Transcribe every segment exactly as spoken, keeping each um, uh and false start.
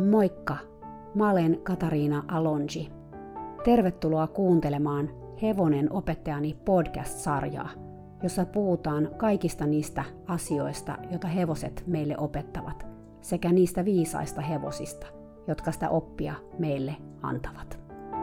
Moikka! Mä olen Katariina Alonji. Tervetuloa kuuntelemaan Hevonen opettajani podcast-sarjaa, jossa puhutaan kaikista niistä asioista, joita hevoset meille opettavat, sekä niistä viisaista hevosista, jotka sitä oppia meille antavat.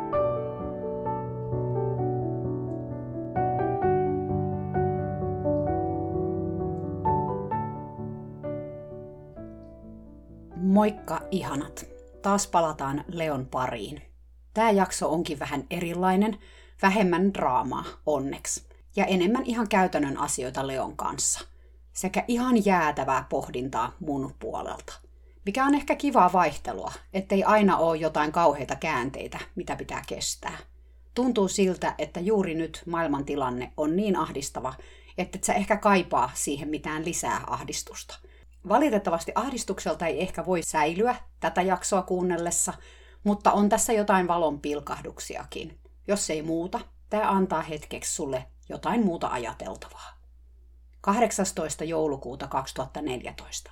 Moikka ihanat! Taas palataan Leon pariin. Tämä jakso onkin vähän erilainen, vähemmän draamaa onneksi, ja enemmän ihan käytännön asioita Leon kanssa, sekä ihan jäätävää pohdintaa mun puolelta. Mikä on ehkä kivaa vaihtelua, ettei aina ole jotain kauheita käänteitä, mitä pitää kestää. Tuntuu siltä, että juuri nyt maailmantilanne on niin ahdistava, että et sä ehkä kaipaa siihen mitään lisää ahdistusta. Valitettavasti ahdistukselta ei ehkä voi säilyä tätä jaksoa kuunnellessa, mutta on tässä jotain valon pilkahduksiakin. Jos ei muuta, tämä antaa hetkeksi sulle jotain muuta ajateltavaa. kahdeksastoista joulukuuta kaksituhattaneljätoista.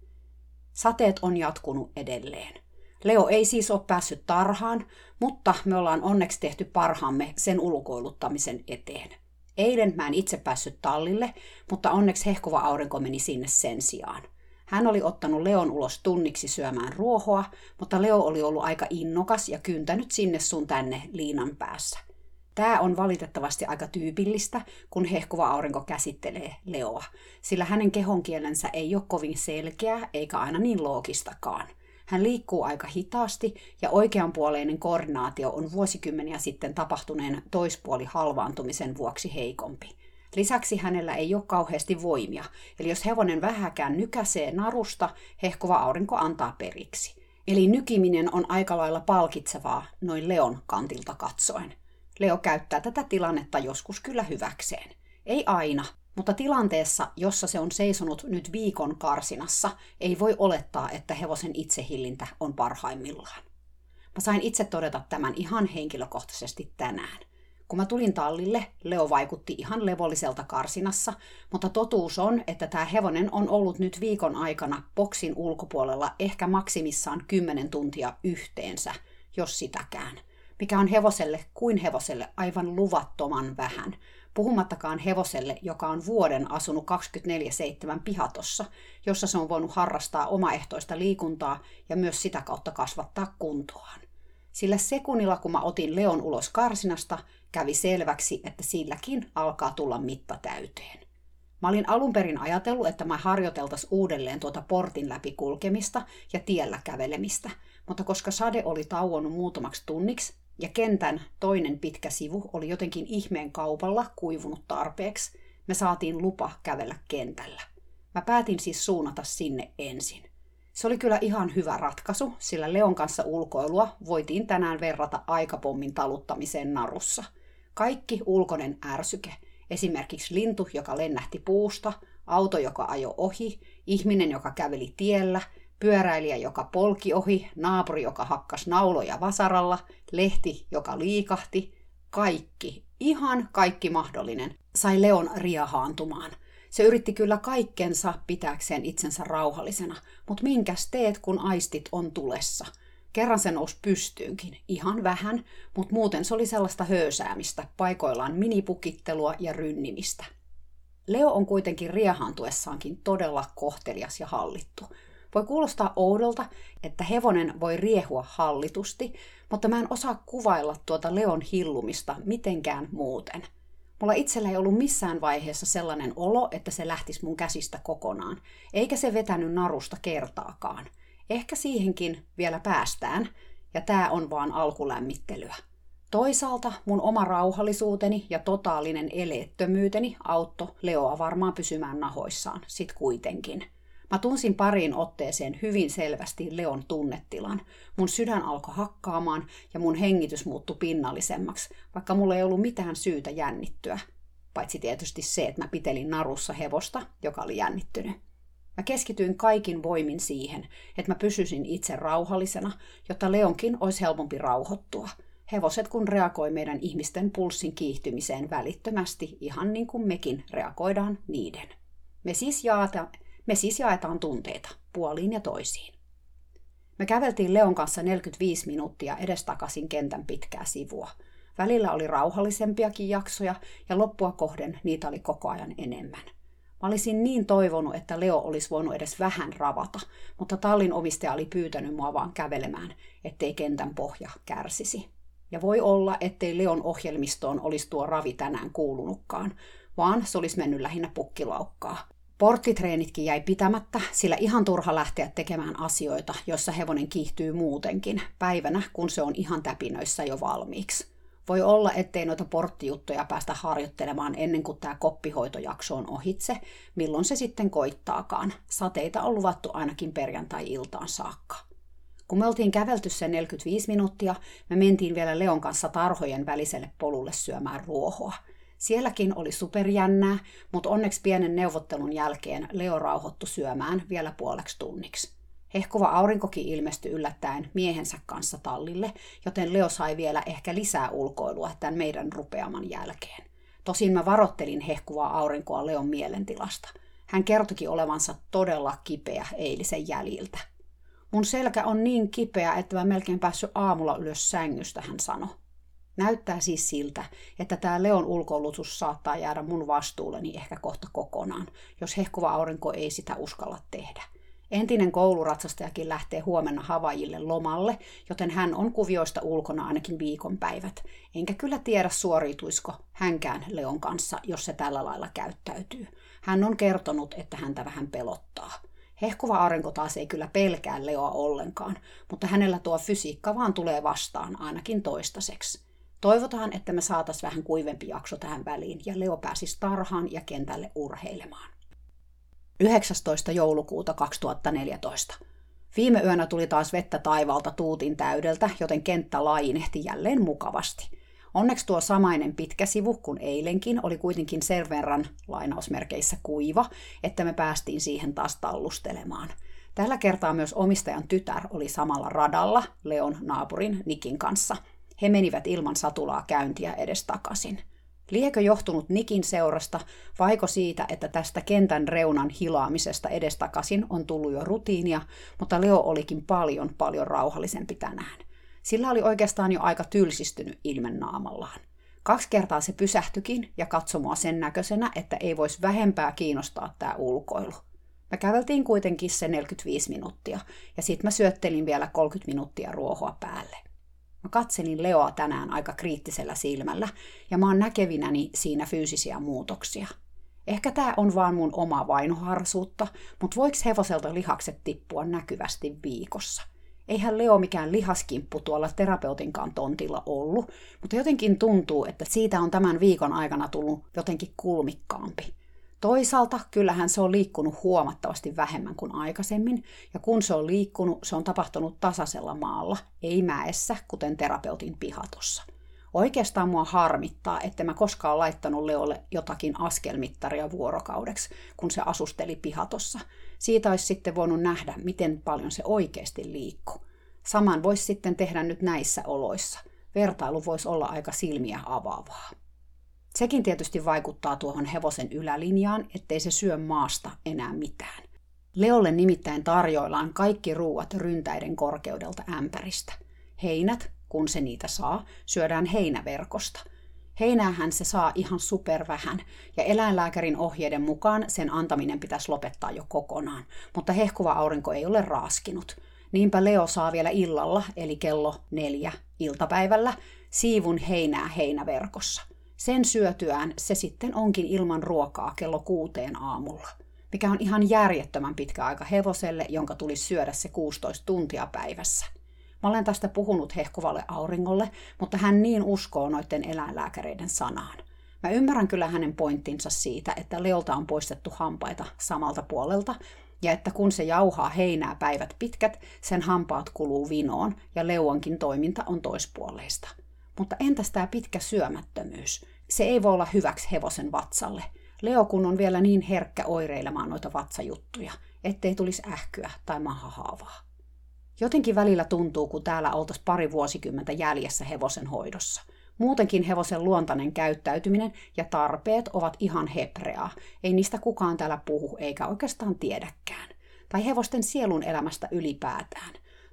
Sateet on jatkunut edelleen. Leo ei siis ole päässyt tarhaan, mutta me ollaan onneksi tehty parhaamme sen ulkoiluttamisen eteen. Eilen mä en itse päässyt tallille, mutta onneksi hehkuva aurinko meni sinne sen sijaan. Hän oli ottanut Leon ulos tunniksi syömään ruohoa, mutta Leo oli ollut aika innokas ja kyntänyt sinne sun tänne liinan päässä. Tämä on valitettavasti aika tyypillistä, kun hehkuva aurinko käsittelee Leoa, sillä hänen kehonkielensä ei ole kovin selkeää eikä aina niin loogistakaan. Hän liikkuu aika hitaasti ja oikeanpuoleinen koordinaatio on vuosikymmeniä sitten tapahtuneen toispuoli halvaantumisen vuoksi heikompi. Lisäksi hänellä ei ole kauheasti voimia, eli jos hevonen vähäkään nykäsee narusta, hehkuva aurinko antaa periksi. Eli nykiminen on aika lailla palkitsevaa noin Leon kantilta katsoen. Leo käyttää tätä tilannetta joskus kyllä hyväkseen. Ei aina, mutta tilanteessa, jossa se on seisonut nyt viikon karsinassa, ei voi olettaa, että hevosen itsehillintä on parhaimmillaan. Mä sain itse todeta tämän ihan henkilökohtaisesti tänään. Kun mä tulin tallille, Leo vaikutti ihan levolliselta karsinassa, mutta totuus on, että tämä hevonen on ollut nyt viikon aikana boksin ulkopuolella ehkä maksimissaan kymmenen tuntia yhteensä, jos sitäkään, mikä on hevoselle kuin hevoselle aivan luvattoman vähän, puhumattakaan hevoselle, joka on vuoden asunut kaksikymmentäneljä seitsemän pihatossa, jossa se on voinut harrastaa omaehtoista liikuntaa ja myös sitä kautta kasvattaa kuntoaan. Sillä sekunnilla, kun mä otin Leon ulos karsinasta, kävi selväksi, että silläkin alkaa tulla mitta täyteen. Mä olin alun perin ajatellut, että mä harjoiteltaisiin uudelleen tuota portin läpi kulkemista ja tiellä kävelemistä, mutta koska sade oli tauonnut muutamaksi tunniksi ja kentän toinen pitkä sivu oli jotenkin ihmeen kaupalla kuivunut tarpeeksi, me saatiin lupa kävellä kentällä. Mä päätin siis suunnata sinne ensin. Se oli kyllä ihan hyvä ratkaisu, sillä Leon kanssa ulkoilua voitiin tänään verrata aikapommin taluttamiseen narussa. Kaikki ulkoinen ärsyke, esimerkiksi lintu, joka lennähti puusta, auto, joka ajoi ohi, ihminen, joka käveli tiellä, pyöräilijä, joka polki ohi, naapuri, joka hakkas nauloja vasaralla, lehti, joka liikahti, kaikki, ihan kaikki mahdollinen, sai Leon riehaantumaan. Se yritti kyllä kaikkensa pitääkseen itsensä rauhallisena, mutta minkäs teet, kun aistit on tulessa? Kerran se nousi pystyynkin, ihan vähän, mutta muuten se oli sellaista höösäämistä, paikoillaan minipukittelua ja rynnimistä. Leo on kuitenkin riehaantuessaankin todella kohtelias ja hallittu. Voi kuulostaa oudolta, että hevonen voi riehua hallitusti, mutta mä en osaa kuvailla tuota Leon hillumista mitenkään muuten. Mulla itsellä ei ollut missään vaiheessa sellainen olo, että se lähtisi mun käsistä kokonaan, eikä se vetänyt narusta kertaakaan. Ehkä siihenkin vielä päästään, ja tää on vaan alkulämmittelyä. Toisaalta mun oma rauhallisuuteni ja totaalinen eleettömyyteni auttoi Leoa varmaan pysymään nahoissaan, sit kuitenkin. Mä tunsin pariin otteeseen hyvin selvästi Leon tunnetilan. Mun sydän alkoi hakkaamaan ja mun hengitys muuttui pinnallisemmaksi, vaikka mulla ei ollut mitään syytä jännittyä. Paitsi tietysti se, että mä pitelin narussa hevosta, joka oli jännittynyt. Mä keskityin kaikin voimin siihen, että mä pysyisin itse rauhallisena, jotta Leonkin olisi helpompi rauhoittua. Hevoset kun reagoi meidän ihmisten pulssin kiihtymiseen välittömästi, ihan niin kuin mekin reagoidaan niiden. Me siis jaetaan, me siis jaetaan tunteita puoliin ja toisiin. Me käveltiin Leon kanssa neljäkymmentäviisi minuuttia edestakaisin kentän pitkää sivua. Välillä oli rauhallisempiakin jaksoja ja loppua kohden niitä oli koko ajan enemmän. Mä olisin niin toivonut, että Leo olisi voinut edes vähän ravata, mutta tallin omistaja oli pyytänyt mua vaan kävelemään, ettei kentän pohja kärsisi. Ja voi olla, ettei Leon ohjelmistoon olisi tuo ravi tänään kuulunutkaan, vaan se olisi mennyt lähinnä pukkilaukkaa. Porttitreenitkin jäi pitämättä, sillä ihan turha lähteä tekemään asioita, joissa hevonen kiihtyy muutenkin, päivänä kun se on ihan täpinöissä jo valmiiksi. Voi olla, ettei noita porttijuttuja päästä harjoittelemaan ennen kuin tämä koppihoitojakso on ohitse, milloin se sitten koittaakaan. Sateita on luvattu ainakin perjantai-iltaan saakka. Kun me oltiin kävelty sen neljäkymmentäviisi minuuttia, me mentiin vielä Leon kanssa tarhojen väliselle polulle syömään ruohoa. Sielläkin oli superjännää, mutta onneksi pienen neuvottelun jälkeen Leo rauhoittui syömään vielä puoleksi tunniksi. Hehkuva aurinkokin ilmestyi yllättäen miehensä kanssa tallille, joten Leo sai vielä ehkä lisää ulkoilua tämän meidän rupeaman jälkeen. Tosin mä varoittelin hehkuvaa aurinkoa Leon mielentilasta. Hän kertoikin olevansa todella kipeä eilisen jäljiltä. Mun selkä on niin kipeä, että mä melkein päässyt aamulla ylös sängystä, hän sanoi. Näyttää siis siltä, että tämä Leon ulkoilutus saattaa jäädä mun vastuulleni ehkä kohta kokonaan, jos hehkuva aurinko ei sitä uskalla tehdä. Entinen kouluratsastajakin lähtee huomenna Havaijille lomalle, joten hän on kuvioista ulkona ainakin viikonpäivät. Enkä kyllä tiedä, suoriutuisiko hänkään Leon kanssa, jos se tällä lailla käyttäytyy. Hän on kertonut, että häntä vähän pelottaa. Hehkuva aurinko taas ei kyllä pelkää Leoa ollenkaan, mutta hänellä tuo fysiikka vaan tulee vastaan ainakin toistaiseksi. Toivotaan, että me saatais vähän kuivempi jakso tähän väliin ja Leo pääsisi tarhaan ja kentälle urheilemaan. yhdeksästoista joulukuuta kaksituhattaneljätoista. Viime yönä tuli taas vettä taivaalta tuutin täydeltä, joten kenttä lainehti jälleen mukavasti. Onneksi tuo samainen pitkä sivu kuin eilenkin oli kuitenkin sen verran lainausmerkeissä kuiva, että me päästiin siihen taas tallustelemaan. Tällä kertaa myös omistajan tytär oli samalla radalla Leon naapurin Nikin kanssa. He menivät ilman satulaa käyntiä edestakaisin. Liekö johtunut Nikin seurasta, vaiko siitä, että tästä kentän reunan hilaamisesta edestakaisin on tullut jo rutiinia, mutta Leo olikin paljon, paljon rauhallisempi tänään. Sillä oli oikeastaan jo aika tylsistynyt ilmen naamallaan. Kaksi kertaa se pysähtyikin ja katsoi mua sen näköisenä, että ei voisi vähempää kiinnostaa tämä ulkoilu. Me käveltiin kuitenkin se neljäkymmentäviisi minuuttia ja sitten mä syöttelin vielä kolmekymmentä minuuttia ruohoa päälle. Mä katselin Leoa tänään aika kriittisellä silmällä ja mä oon näkevinäni siinä fyysisiä muutoksia. Ehkä tää on vaan mun oma vainoharsuutta, mutta voiko hevoselta lihakset tippua näkyvästi viikossa? Eihän Leo mikään lihaskimppu tuolla terapeutinkaan tontilla ollut, mutta jotenkin tuntuu, että siitä on tämän viikon aikana tullut jotenkin kulmikkaampi. Toisaalta kyllähän se on liikkunut huomattavasti vähemmän kuin aikaisemmin, ja kun se on liikkunut, se on tapahtunut tasaisella maalla, ei mäessä, kuten terapeutin pihatossa. Oikeastaan mua harmittaa, että mä koskaan laittanut Leolle jotakin askelmittaria vuorokaudeksi, kun se asusteli pihatossa. Siitä olisi sitten voinut nähdä, miten paljon se oikeasti liikkuu. Saman voisi sitten tehdä nyt näissä oloissa. Vertailu voisi olla aika silmiä avaavaa. Sekin tietysti vaikuttaa tuohon hevosen ylälinjaan, ettei se syö maasta enää mitään. Leolle nimittäin tarjoillaan kaikki ruuat ryntäiden korkeudelta ämpäristä. Heinät, kun se niitä saa, syödään heinäverkosta. Heinäähän se saa ihan supervähän, ja eläinlääkärin ohjeiden mukaan sen antaminen pitäisi lopettaa jo kokonaan, mutta hehkuva aurinko ei ole raaskinut. Niinpä Leo saa vielä illalla, eli kello neljä iltapäivällä, siivun heinää heinäverkossa. Sen syötyään se sitten onkin ilman ruokaa kello kuuteen aamulla, mikä on ihan järjettömän pitkä aika hevoselle, jonka tulisi syödä se kuusitoista tuntia päivässä. Mä olen tästä puhunut hehkuvalle auringolle, mutta hän niin uskoo noiden eläinlääkäreiden sanaan. Mä ymmärrän kyllä hänen pointtinsa siitä, että Leolta on poistettu hampaita samalta puolelta, ja että kun se jauhaa heinää päivät pitkät, sen hampaat kuluu vinoon, ja leuankin toiminta on toispuoleista. Mutta entäs tämä pitkä syömättömyys? Se ei voi olla hyväksi hevosen vatsalle. Leo kun on vielä niin herkkä oireilemaan noita vatsajuttuja, ettei tulisi ähkyä tai mahahaavaa. Jotenkin välillä tuntuu, kun täällä oltaisiin pari vuosikymmentä jäljessä hevosen hoidossa. Muutenkin hevosen luontainen käyttäytyminen ja tarpeet ovat ihan hepreaa. Ei niistä kukaan täällä puhu eikä oikeastaan tiedäkään. Tai hevosten sielun elämästä ylipäätään.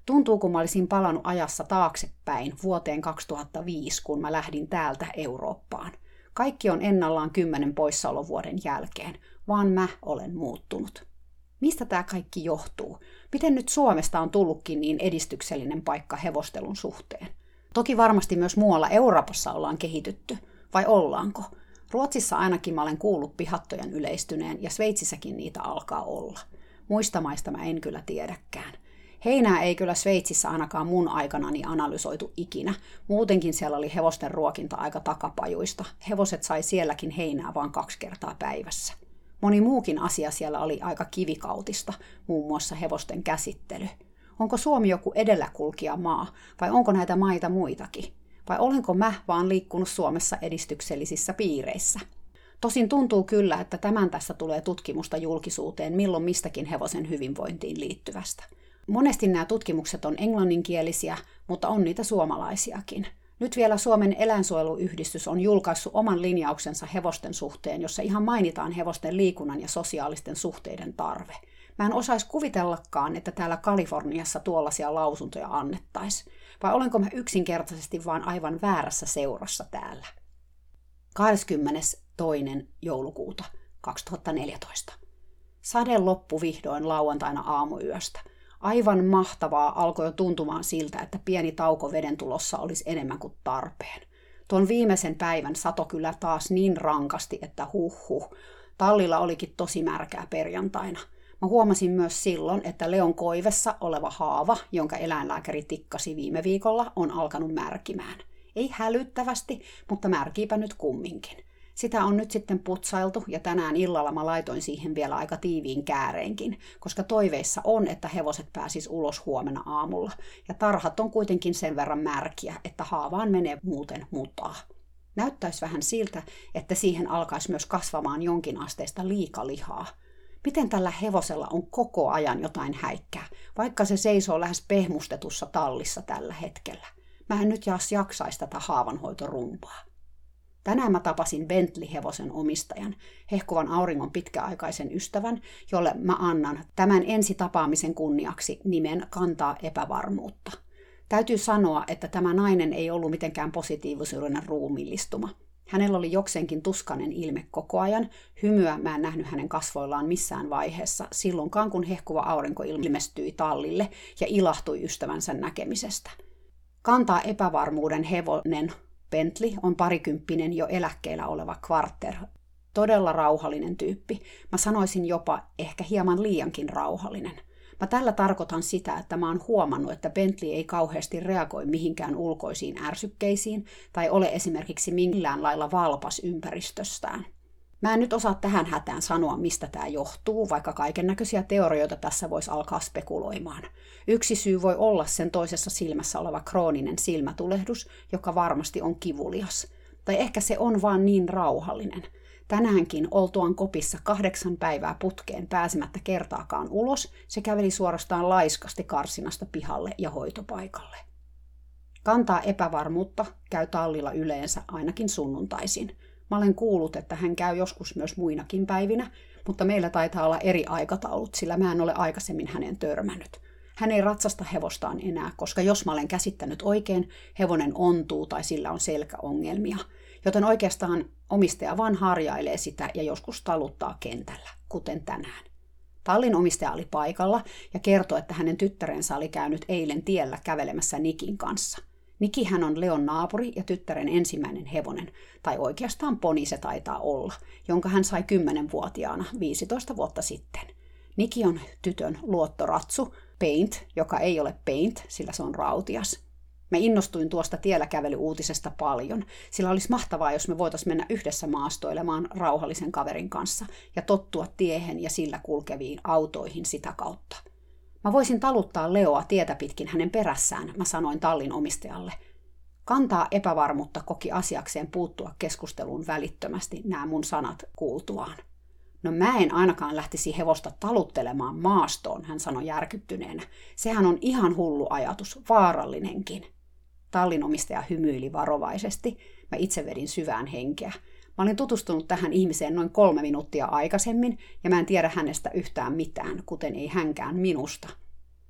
Tuntuu, kun mä olisin palannut ajassa taaksepäin vuoteen kaksituhattaviisi, kun mä lähdin täältä Eurooppaan. Kaikki on ennallaan kymmenen poissaolovuoden jälkeen, vaan mä olen muuttunut. Mistä tämä kaikki johtuu? Miten nyt Suomesta on tullutkin niin edistyksellinen paikka hevostelun suhteen? Toki varmasti myös muualla Euroopassa ollaan kehitytty, vai ollaanko? Ruotsissa ainakin mä olen kuullut pihattojen yleistyneen, ja Sveitsissäkin niitä alkaa olla. Muista maista mä en kyllä tiedäkään. Heinää ei kyllä Sveitsissä ainakaan mun aikanani analysoitu ikinä. Muutenkin siellä oli hevosten ruokinta aika takapajuista. Hevoset sai sielläkin heinää vain kaksi kertaa päivässä. Moni muukin asia siellä oli aika kivikautista, muun muassa hevosten käsittely. Onko Suomi joku edelläkulkija maa, vai onko näitä maita muitakin? Vai olenko mä vaan liikkunut Suomessa edistyksellisissä piireissä? Tosin tuntuu kyllä, että tämän tässä tulee tutkimusta julkisuuteen milloin mistäkin hevosen hyvinvointiin liittyvästä. Monesti nämä tutkimukset on englanninkielisiä, mutta on niitä suomalaisiakin. Nyt vielä Suomen eläinsuojeluyhdistys on julkaissut oman linjauksensa hevosten suhteen, jossa ihan mainitaan hevosten liikunnan ja sosiaalisten suhteiden tarve. Mä en osaisi kuvitellakaan, että täällä Kaliforniassa tuollaisia lausuntoja annettaisiin. Vai olenko mä yksinkertaisesti vaan aivan väärässä seurassa täällä? kahdeskymmenestoinen joulukuuta kaksituhattaneljätoista. Sade loppui vihdoin lauantaina aamuyöstä. Aivan mahtavaa alkoi jo tuntumaan siltä, että pieni tauko veden tulossa olisi enemmän kuin tarpeen. Tuon viimeisen päivän sato kyllä taas niin rankasti, että huh huh. Tallilla olikin tosi märkää perjantaina. Mä huomasin myös silloin, että Leon koivessa oleva haava, jonka eläinlääkäri tikkasi viime viikolla, on alkanut märkimään. Ei hälyttävästi, mutta märkiipä nyt kumminkin. Sitä on nyt sitten putsailtu ja tänään illalla mä laitoin siihen vielä aika tiiviin kääreenkin, koska toiveissa on, että hevoset pääsis ulos huomenna aamulla. Ja tarhat on kuitenkin sen verran märkiä, että haavaan menee muuten mutaa. Näyttäisi vähän siltä, että siihen alkaisi myös kasvamaan jonkin asteista liikalihaa. Miten tällä hevosella on koko ajan jotain häikkää, vaikka se seisoo lähes pehmustetussa tallissa tällä hetkellä? Mä en nyt jaas jaksaisi tätä haavanhoitorumpaa. Tänään mä tapasin Bentley-hevosen omistajan, hehkuvan auringon pitkäaikaisen ystävän, jolle mä annan tämän ensitapaamisen kunniaksi nimen Kantaa epävarmuutta. Täytyy sanoa, että tämä nainen ei ollut mitenkään positiivisuuden ruumiillistuma. Hänellä oli jokseenkin tuskainen ilme koko ajan, hymyä mä en nähnyt hänen kasvoillaan missään vaiheessa, silloinkaan kun hehkuva aurinko ilmestyi tallille ja ilahtui ystävänsä näkemisestä. Kantaa epävarmuuden hevonen Bentley on parikymppinen jo eläkkeellä oleva Quarter. Todella rauhallinen tyyppi. Mä sanoisin jopa ehkä hieman liiankin rauhallinen. Mä tällä tarkoitan sitä, että mä oon huomannut, että Bentley ei kauheasti reagoi mihinkään ulkoisiin ärsykkeisiin tai ole esimerkiksi millään lailla valpas ympäristöstään. Mä en nyt osaa tähän hätään sanoa, mistä tämä johtuu, vaikka kaikennäköisiä teorioita tässä voisi alkaa spekuloimaan. Yksi syy voi olla sen toisessa silmässä oleva krooninen silmätulehdus, joka varmasti on kivulias. Tai ehkä se on vaan niin rauhallinen. Tänäänkin oltuaan kopissa kahdeksan päivää putkeen pääsemättä kertaakaan ulos, se käveli suorastaan laiskasti karsinasta pihalle ja hoitopaikalle. Kantaa epävarmuutta käy tallilla yleensä ainakin sunnuntaisin. Mä olen kuullut, että hän käy joskus myös muinakin päivinä, mutta meillä taitaa olla eri aikataulut, sillä mä en ole aikaisemmin hänen törmännyt. Hän ei ratsasta hevostaan enää, koska jos mä olen käsittänyt oikein, hevonen ontuu tai sillä on selkäongelmia. Joten oikeastaan omistaja vaan harjailee sitä ja joskus taluttaa kentällä, kuten tänään. Tallin omistaja oli paikalla ja kertoi, että hänen tyttärensä oli käynyt eilen tiellä kävelemässä Nikin kanssa. Nikihän on Leon naapuri ja tyttären ensimmäinen hevonen, tai oikeastaan poni se taitaa olla, jonka hän sai kymmenvuotiaana viisitoista vuotta sitten. Niki on tytön luottoratsu, Paint, joka ei ole Paint, sillä se on rautias. Mä innostuin tuosta tiellä kävelyuutisesta paljon, sillä olisi mahtavaa, jos me voitaisiin mennä yhdessä maastoilemaan rauhallisen kaverin kanssa ja tottua tiehen ja sillä kulkeviin autoihin sitä kautta. Mä voisin taluttaa Leoa tietä pitkin hänen perässään, mä sanoin tallin omistajalle. Kantaa epävarmuutta koki asiakseen puuttua keskusteluun välittömästi nämä mun sanat kuultuaan. No mä en ainakaan lähtisi hevosta taluttelemaan maastoon, hän sanoi järkyttyneenä. Sehän on ihan hullu ajatus, vaarallinenkin. Tallin omistaja hymyili varovaisesti. Mä itse vedin syvään henkeä. Mä olin tutustunut tähän ihmiseen noin kolme minuuttia aikaisemmin, ja mä en tiedä hänestä yhtään mitään, kuten ei hänkään minusta.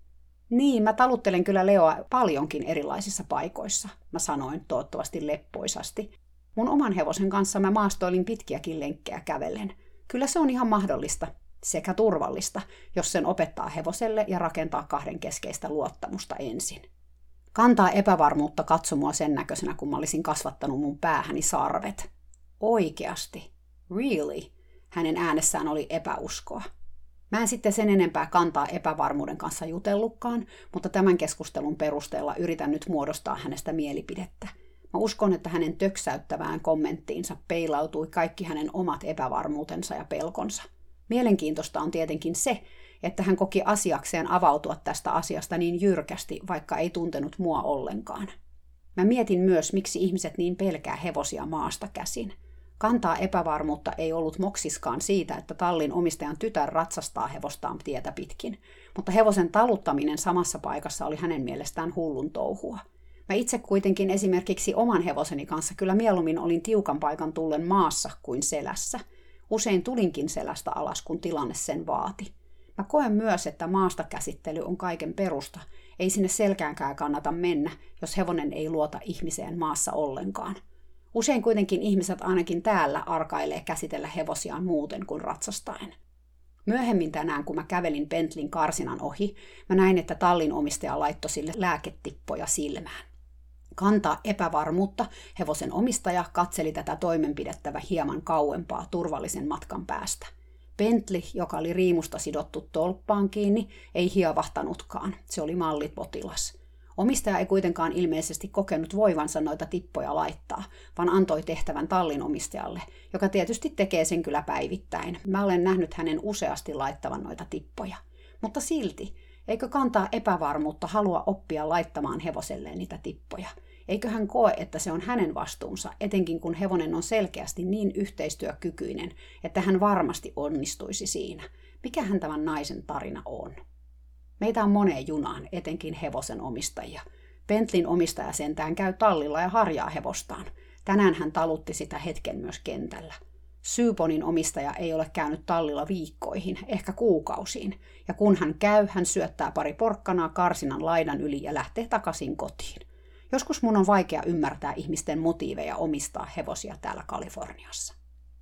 Niin, mä taluttelen kyllä Leoa paljonkin erilaisissa paikoissa, mä sanoin toivottavasti leppoisasti. Mun oman hevosen kanssa mä maastoilin pitkiäkin lenkkejä kävellen. Kyllä se on ihan mahdollista sekä turvallista, jos sen opettaa hevoselle ja rakentaa kahden keskeistä luottamusta ensin. Kantaa epävarmuutta katso mua sen näköisenä, kun mä olisin kasvattanut mun päähäni sarvet. Oikeasti. Really? Hänen äänessään oli epäuskoa. Mä en sitten sen enempää kantaa epävarmuuden kanssa jutellutkaan, mutta tämän keskustelun perusteella yritän nyt muodostaa hänestä mielipidettä. Mä uskon, että hänen töksäyttävään kommenttiinsa peilautui kaikki hänen omat epävarmuutensa ja pelkonsa. Mielenkiintoista on tietenkin se, että hän koki asiakseen avautua tästä asiasta niin jyrkästi, vaikka ei tuntenut mua ollenkaan. Mä mietin myös, miksi ihmiset niin pelkää hevosia maasta käsin. Kantaa epävarmuutta ei ollut moksiskaan siitä, että tallin omistajan tytär ratsastaa hevostaan tietä pitkin, mutta hevosen taluttaminen samassa paikassa oli hänen mielestään hullun touhua. Mä itse kuitenkin esimerkiksi oman hevoseni kanssa kyllä mieluummin olin tiukan paikan tullen maassa kuin selässä. Usein tulinkin selästä alas, kun tilanne sen vaati. Mä koen myös, että maasta käsittely on kaiken perusta. Ei sinne selkäänkään kannata mennä, jos hevonen ei luota ihmiseen maassa ollenkaan. Usein kuitenkin ihmiset ainakin täällä arkailee käsitellä hevosiaan muuten kuin ratsastaen. Myöhemmin tänään, kun mä kävelin Bentleyn karsinan ohi, mä näin, että tallin omistaja laittoi sille lääketippoja silmään. Kantaa epävarmuutta, hevosen omistaja katseli tätä toimenpidettä hieman kauempaa turvallisen matkan päästä. Bentley, joka oli riimusta sidottu tolppaan kiinni, ei hiovahtanutkaan. Se oli mallipotilas. Omistaja ei kuitenkaan ilmeisesti kokenut voivansa noita tippoja laittaa, vaan antoi tehtävän tallin omistajalle, joka tietysti tekee sen kyllä päivittäin. Mä olen nähnyt hänen useasti laittavan noita tippoja. Mutta silti, eikö kantaa epävarmuutta halua oppia laittamaan hevoselleen niitä tippoja? Eikö hän koe, että se on hänen vastuunsa, etenkin kun hevonen on selkeästi niin yhteistyökykyinen, että hän varmasti onnistuisi siinä? Mikähän tämän naisen tarina on? Meitä on moneen junaan, etenkin hevosen omistajia. Bentleyn omistaja sentään käy tallilla ja harjaa hevostaan. Tänään hän talutti sitä hetken myös kentällä. Syyponin omistaja ei ole käynyt tallilla viikkoihin, ehkä kuukausiin, ja kun hän käy, hän syöttää pari porkkanaa karsinan laidan yli ja lähtee takaisin kotiin. Joskus mun on vaikea ymmärtää ihmisten motiiveja omistaa hevosia täällä Kaliforniassa.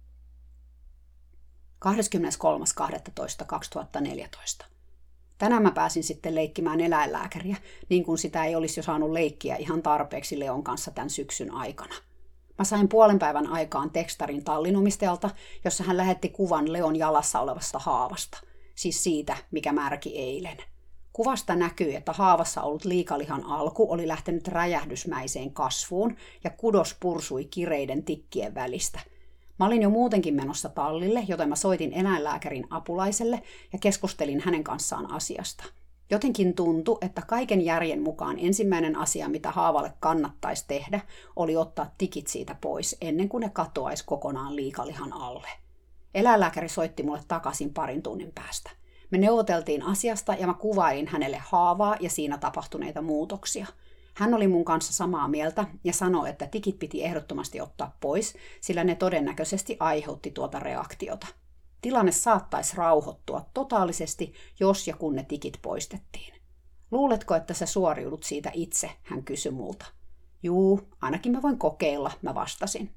kahdeskymmeneskolmas kahdestoista kaksituhattaneljätoista. Tänään mä pääsin sitten leikkimään eläinlääkäriä, niin kuin sitä ei olisi jo saanut leikkiä ihan tarpeeksi Leon kanssa tämän syksyn aikana. Mä sain puolen päivän aikaan tekstarin tallinomistajalta, jossa hän lähetti kuvan Leon jalassa olevasta haavasta, siis siitä, mikä märki eilen. Kuvasta näkyy, että haavassa ollut liikalihan alku oli lähtenyt räjähdysmäiseen kasvuun ja kudos pursui kireiden tikkien välistä. Mä olin jo muutenkin menossa tallille, joten mä soitin eläinlääkärin apulaiselle ja keskustelin hänen kanssaan asiasta. Jotenkin tuntui, että kaiken järjen mukaan ensimmäinen asia, mitä haavalle kannattaisi tehdä, oli ottaa tikit siitä pois ennen kuin ne katoaisi kokonaan liikalihan alle. Eläinlääkäri soitti mulle takaisin parin tunnin päästä. Me neuvoteltiin asiasta ja mä kuvailin hänelle haavaa ja siinä tapahtuneita muutoksia. Hän oli mun kanssa samaa mieltä ja sanoi, että tikit piti ehdottomasti ottaa pois, sillä ne todennäköisesti aiheutti tuota reaktiota. Tilanne saattaisi rauhoittua totaalisesti, jos ja kun ne tikit poistettiin. Luuletko, että sä suoriudut siitä itse, hän kysyi multa. Juu, ainakin mä voin kokeilla, mä vastasin.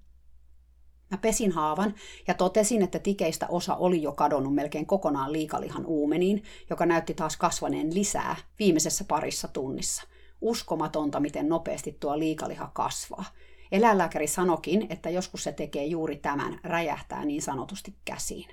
Mä pesin haavan ja totesin, että tikeistä osa oli jo kadonnut melkein kokonaan liikalihan uumeniin, joka näytti taas kasvaneen lisää viimeisessä parissa tunnissa. Uskomatonta, miten nopeasti tuo liikaliha kasvaa. Eläinlääkäri sanokin, että joskus se tekee juuri tämän, räjähtää niin sanotusti käsiin.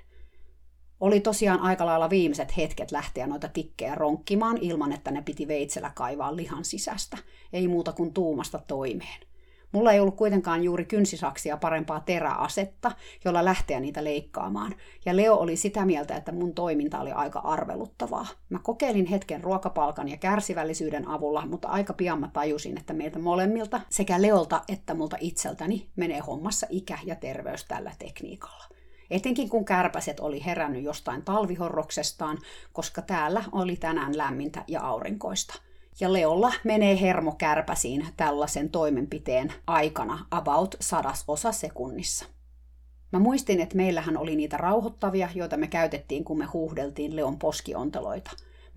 Oli tosiaan aika lailla viimeiset hetket lähteä noita tikkejä ronkkimaan ilman, että ne piti veitsellä kaivaa lihan sisästä. Ei muuta kuin tuumasta toimeen. Mulla ei ollut kuitenkaan juuri kynsisaksia parempaa teräasetta, jolla lähteä niitä leikkaamaan, ja Leo oli sitä mieltä, että mun toiminta oli aika arveluttavaa. Mä kokeilin hetken ruokapalkan ja kärsivällisyyden avulla, mutta aika pian mä tajusin, että meiltä molemmilta, sekä Leolta että multa itseltäni, menee hommassa ikä ja terveys tällä tekniikalla. Etenkin kun kärpäset oli herännyt jostain talvihorroksestaan, koska täällä oli tänään lämmintä ja aurinkoista. Ja Leolla menee hermo kärpäsiin tällaisen toimenpiteen aikana about sadasosa sekunnissa. Mä muistin, että meillähän oli niitä rauhoittavia, joita me käytettiin, kun me huuhdeltiin Leon poskionteloita. Mä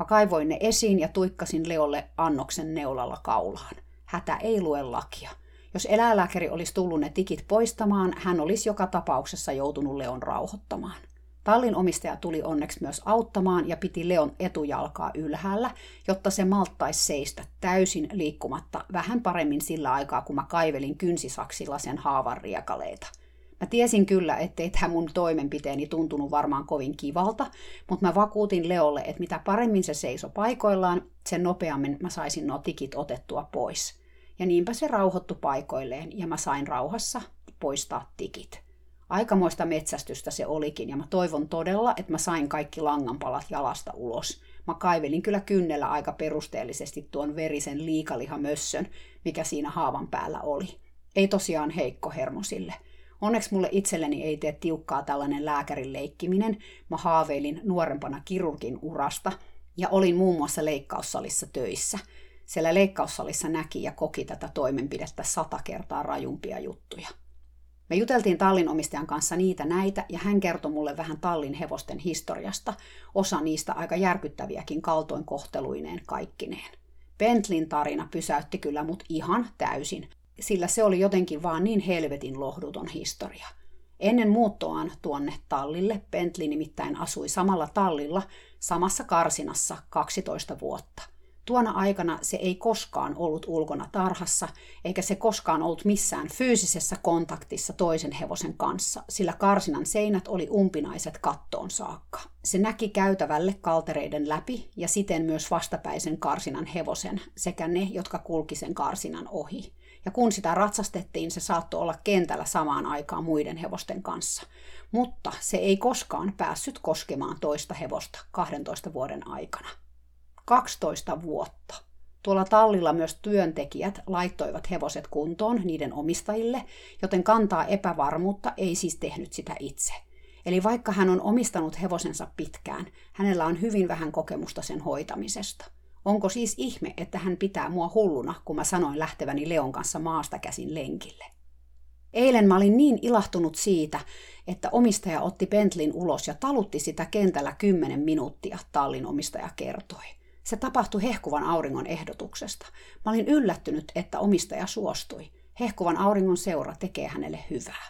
Mä kaivoin ne esiin ja tuikkasin Leolle annoksen neulalla kaulaan. Hätä ei lue lakia. Jos eläinlääkäri olisi tullut ne tikit poistamaan, hän olisi joka tapauksessa joutunut Leon rauhoittamaan. Tallin omistaja tuli onneksi myös auttamaan ja piti Leon etujalkaa ylhäällä, jotta se malttaisi seistä täysin liikkumatta vähän paremmin sillä aikaa, kun mä kaivelin kynsisaksilla sen haavan riekaleita. Mä tiesin kyllä, ettei tämä mun toimenpiteeni tuntunut varmaan kovin kivalta, mutta mä vakuutin Leolle, että mitä paremmin se seisoi paikoillaan, sen nopeammin mä saisin nuo tikit otettua pois. Ja niinpä se rauhoittui paikoilleen ja mä sain rauhassa poistaa tikit. Aikamoista metsästystä se olikin ja mä toivon todella, että mä sain kaikki langanpalat jalasta ulos. Mä kaivelin kyllä kynnellä aika perusteellisesti tuon verisen liikalihamössön, mikä siinä haavan päällä oli. Ei tosiaan heikko hermo sille. Onneksi mulle itselleni ei tee tiukkaa tällainen lääkärin leikkiminen. Mä haaveilin nuorempana kirurgin urasta ja olin muun muassa leikkaussalissa töissä. Siellä leikkaussalissa näki ja koki tätä toimenpidettä sata kertaa rajumpia juttuja. Me juteltiin tallin omistajan kanssa niitä näitä ja hän kertoi mulle vähän tallin hevosten historiasta, osa niistä aika järkyttäviäkin kaltoinkohteluineen kaikkineen. Bentleyn tarina pysäytti kyllä mut ihan täysin, sillä se oli jotenkin vaan niin helvetin lohduton historia. Ennen muuttoaan tuonne tallille Bentley nimittäin asui samalla tallilla, samassa karsinassa kaksitoista vuotta. Tuona aikana se ei koskaan ollut ulkona tarhassa, eikä se koskaan ollut missään fyysisessä kontaktissa toisen hevosen kanssa, sillä karsinan seinät oli umpinaiset kattoon saakka. Se näki käytävälle kaltereiden läpi ja siten myös vastapäisen karsinan hevosen sekä ne, jotka kulki sen karsinan ohi. Ja kun sitä ratsastettiin, se saattoi olla kentällä samaan aikaan muiden hevosten kanssa. Mutta se ei koskaan päässyt koskemaan toista hevosta kahdentoista vuoden aikana. kaksitoista vuotta. Tuolla tallilla myös työntekijät laittoivat hevoset kuntoon niiden omistajille, joten kantaa epävarmuutta ei siis tehnyt sitä itse. Eli vaikka hän on omistanut hevosensa pitkään, hänellä on hyvin vähän kokemusta sen hoitamisesta. Onko siis ihme, että hän pitää mua hulluna, kun mä sanoin lähteväni Leon kanssa maasta käsin lenkille? Eilen mä olin niin ilahtunut siitä, että omistaja otti Bentleyn ulos ja talutti sitä kentällä kymmenen minuuttia, tallin omistaja kertoi. Se tapahtui hehkuvan auringon ehdotuksesta. Mä olin yllättynyt, että omistaja suostui. Hehkuvan auringon seura tekee hänelle hyvää.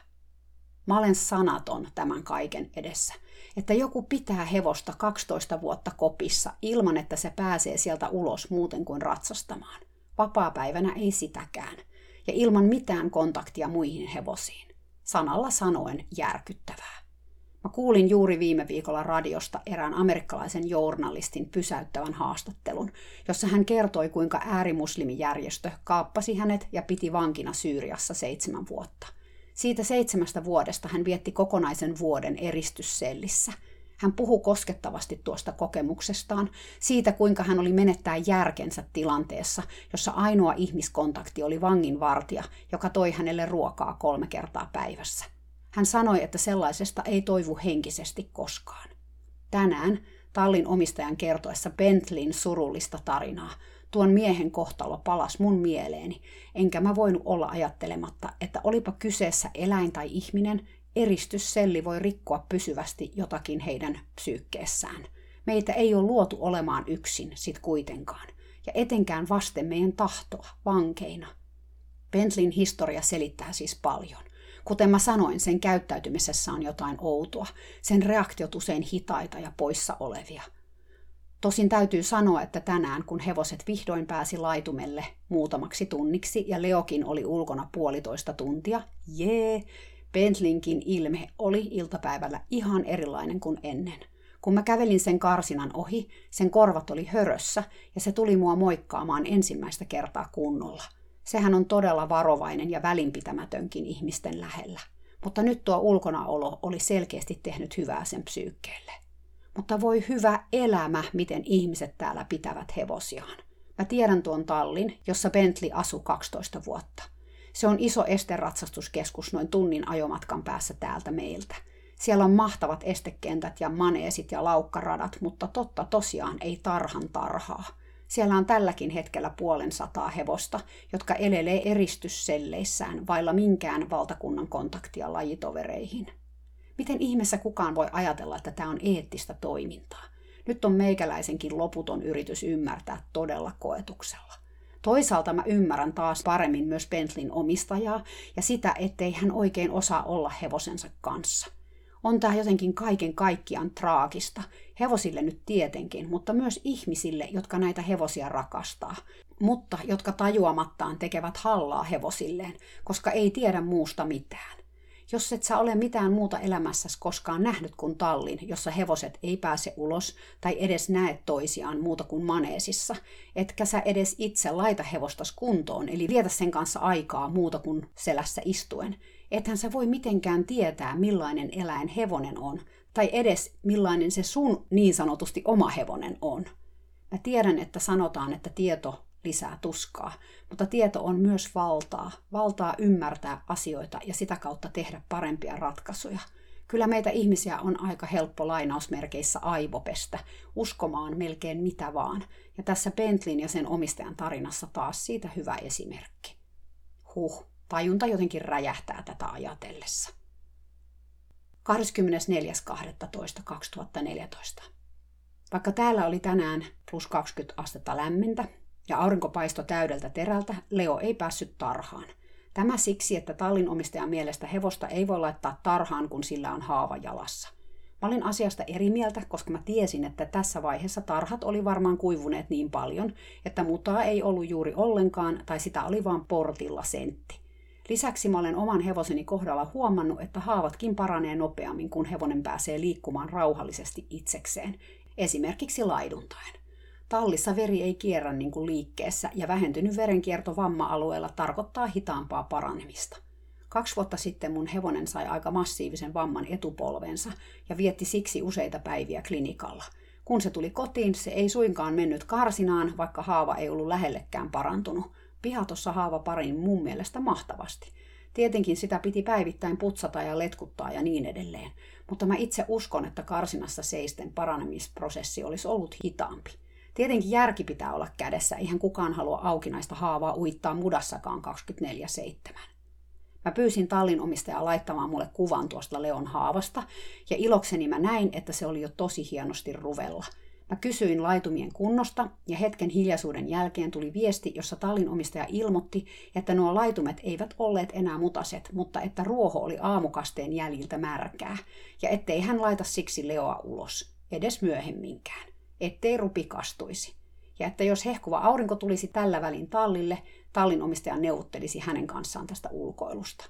Mä olen sanaton tämän kaiken edessä, että joku pitää hevosta kaksitoista vuotta kopissa ilman, että se pääsee sieltä ulos muuten kuin ratsastamaan. Vapaapäivänä ei sitäkään. Ja ilman mitään kontaktia muihin hevosiin. Sanalla sanoen järkyttävää. Mä kuulin juuri viime viikolla radiosta erään amerikkalaisen journalistin pysäyttävän haastattelun, jossa hän kertoi, kuinka äärimuslimijärjestö kaappasi hänet ja piti vankina Syyriassa seitsemän vuotta. Siitä seitsemästä vuodesta hän vietti kokonaisen vuoden eristyssellissä. Hän puhui koskettavasti tuosta kokemuksestaan, siitä kuinka hän oli menettää järkensä tilanteessa, jossa ainoa ihmiskontakti oli vanginvartija, joka toi hänelle ruokaa kolme kertaa päivässä. Hän sanoi, että sellaisesta ei toivu henkisesti koskaan. Tänään tallin omistajan kertoessa Bentleyn surullista tarinaa, tuon miehen kohtalo palasi mun mieleeni, enkä mä voinut olla ajattelematta, että olipa kyseessä eläin tai ihminen, eristysselli voi rikkoa pysyvästi jotakin heidän psyykkeessään. Meitä ei ole luotu olemaan yksin sit kuitenkaan, ja etenkään vasten meidän tahtoa, vankeina. Bentleyn historia selittää siis paljon. Kuten mä sanoin, sen käyttäytymisessä on jotain outoa, sen reaktiot usein hitaita ja poissa olevia. Tosin täytyy sanoa, että tänään, kun hevoset vihdoin pääsi laitumelle muutamaksi tunniksi ja Leokin oli ulkona puolitoista tuntia, jee, Bentleynkin ilme oli iltapäivällä ihan erilainen kuin ennen. Kun mä kävelin sen karsinan ohi, sen korvat oli hörössä ja se tuli mua moikkaamaan ensimmäistä kertaa kunnolla. Sehän on todella varovainen ja välinpitämätönkin ihmisten lähellä. Mutta nyt tuo ulkonaolo oli selkeästi tehnyt hyvää sen psyykkeelle. Mutta voi hyvä elämä, miten ihmiset täällä pitävät hevosiaan. Mä tiedän tuon tallin, jossa Bentley asui kaksitoista vuotta. Se on iso esteratsastuskeskus noin tunnin ajomatkan päässä täältä meiltä. Siellä on mahtavat estekentät ja maneesit ja laukkaradat, mutta totta tosiaan ei tarhan tarhaa. Siellä on tälläkin hetkellä puolen sataa hevosta, jotka elelee eristysselleissään vailla minkään valtakunnan kontaktia lajitovereihin. Miten ihmeessä kukaan voi ajatella, että tämä on eettistä toimintaa? Nyt on meikäläisenkin loputon yritys ymmärtää todella koetuksella. Toisaalta mä ymmärrän taas paremmin myös Bentleyn omistajaa ja sitä, ettei hän oikein osaa olla hevosensa kanssa. On tää jotenkin kaiken kaikkiaan traagista. Hevosille nyt tietenkin, mutta myös ihmisille, jotka näitä hevosia rakastaa. Mutta jotka tajuamattaan tekevät hallaa hevosilleen, koska ei tiedä muusta mitään. Jos et sä ole mitään muuta elämässäsi koskaan nähnyt kuin tallin, jossa hevoset ei pääse ulos tai edes näe toisiaan muuta kuin maneesissa, etkä sä edes itse laita hevostas kuntoon, eli vietä sen kanssa aikaa muuta kuin selässä istuen, ethän sä voi mitenkään tietää, millainen eläin hevonen on, tai edes millainen se sun niin sanotusti oma hevonen on. Mä tiedän, että sanotaan, että tieto lisää tuskaa, mutta tieto on myös valtaa, valtaa ymmärtää asioita ja sitä kautta tehdä parempia ratkaisuja. Kyllä meitä ihmisiä on aika helppo lainausmerkeissä aivopestä, uskomaan melkein mitä vaan, ja tässä Bentleyn ja sen omistajan tarinassa taas siitä hyvä esimerkki. Huh, tajunta jotenkin räjähtää tätä ajatellessa. kahdeskymmenesneljäs kahdestoista kaksituhattaneljätoista. Vaikka täällä oli tänään plus kaksikymmentä astetta lämmintä, ja aurinko paistoi täydeltä terältä, Leo ei päässyt tarhaan. Tämä siksi, että tallin omistajan mielestä hevosta ei voi laittaa tarhaan, kun sillä on haava jalassa. Mä olin asiasta eri mieltä, koska mä tiesin, että tässä vaiheessa tarhat oli varmaan kuivuneet niin paljon, että mutaa ei ollut juuri ollenkaan tai sitä oli vaan portilla sentti. Lisäksi mä olen oman hevoseni kohdalla huomannut, että haavatkin paranee nopeammin, kun hevonen pääsee liikkumaan rauhallisesti itsekseen, esimerkiksi laiduntaen. Tallissa veri ei kierrä niin kuin liikkeessä ja vähentynyt verenkierto vamma-alueella tarkoittaa hitaampaa paranemista. Kaksi vuotta sitten mun hevonen sai aika massiivisen vamman etupolvensa ja vietti siksi useita päiviä klinikalla. Kun se tuli kotiin, se ei suinkaan mennyt karsinaan, vaikka haava ei ollut lähellekään parantunut. Pihatossa haava parin mun mielestä mahtavasti. Tietenkin sitä piti päivittäin putsata ja letkuttaa ja niin edelleen, mutta mä itse uskon, että karsinassa seisten paranemisprosessi olisi ollut hitaampi. Tietenkin järki pitää olla kädessä, eihän kukaan halua aukinaista haavaa uittaa mudassakaan kaksikymmentäneljä seitsemän. Mä pyysin tallin omistajaa laittamaan mulle kuvan tuosta Leon haavasta, ja ilokseni mä näin, että se oli jo tosi hienosti ruvella. Mä kysyin laitumien kunnosta, ja hetken hiljaisuuden jälkeen tuli viesti, jossa tallin omistaja ilmoitti, että nuo laitumet eivät olleet enää mutaset, mutta että ruoho oli aamukasteen jäljiltä märkää, ja ettei hän laita siksi Leoa ulos, edes myöhemminkään, ettei rupi kastuisi. Ja että jos hehkuva aurinko tulisi tällä välin tallille, tallin omistaja neuvottelisi hänen kanssaan tästä ulkoilusta.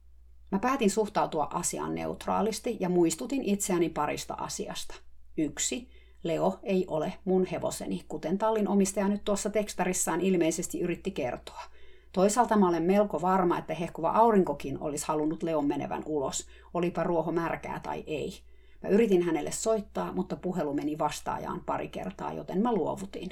Mä päätin suhtautua asiaan neutraalisti ja muistutin itseäni parista asiasta. Yksi. Leo ei ole mun hevoseni, kuten tallin omistaja nyt tuossa tekstarissaan ilmeisesti yritti kertoa. Toisaalta mä olen melko varma, että hehkuva aurinkokin olisi halunnut Leon menevän ulos, olipa ruoho märkää tai ei. Mä yritin hänelle soittaa, mutta puhelu meni vastaajaan pari kertaa, joten mä luovutin.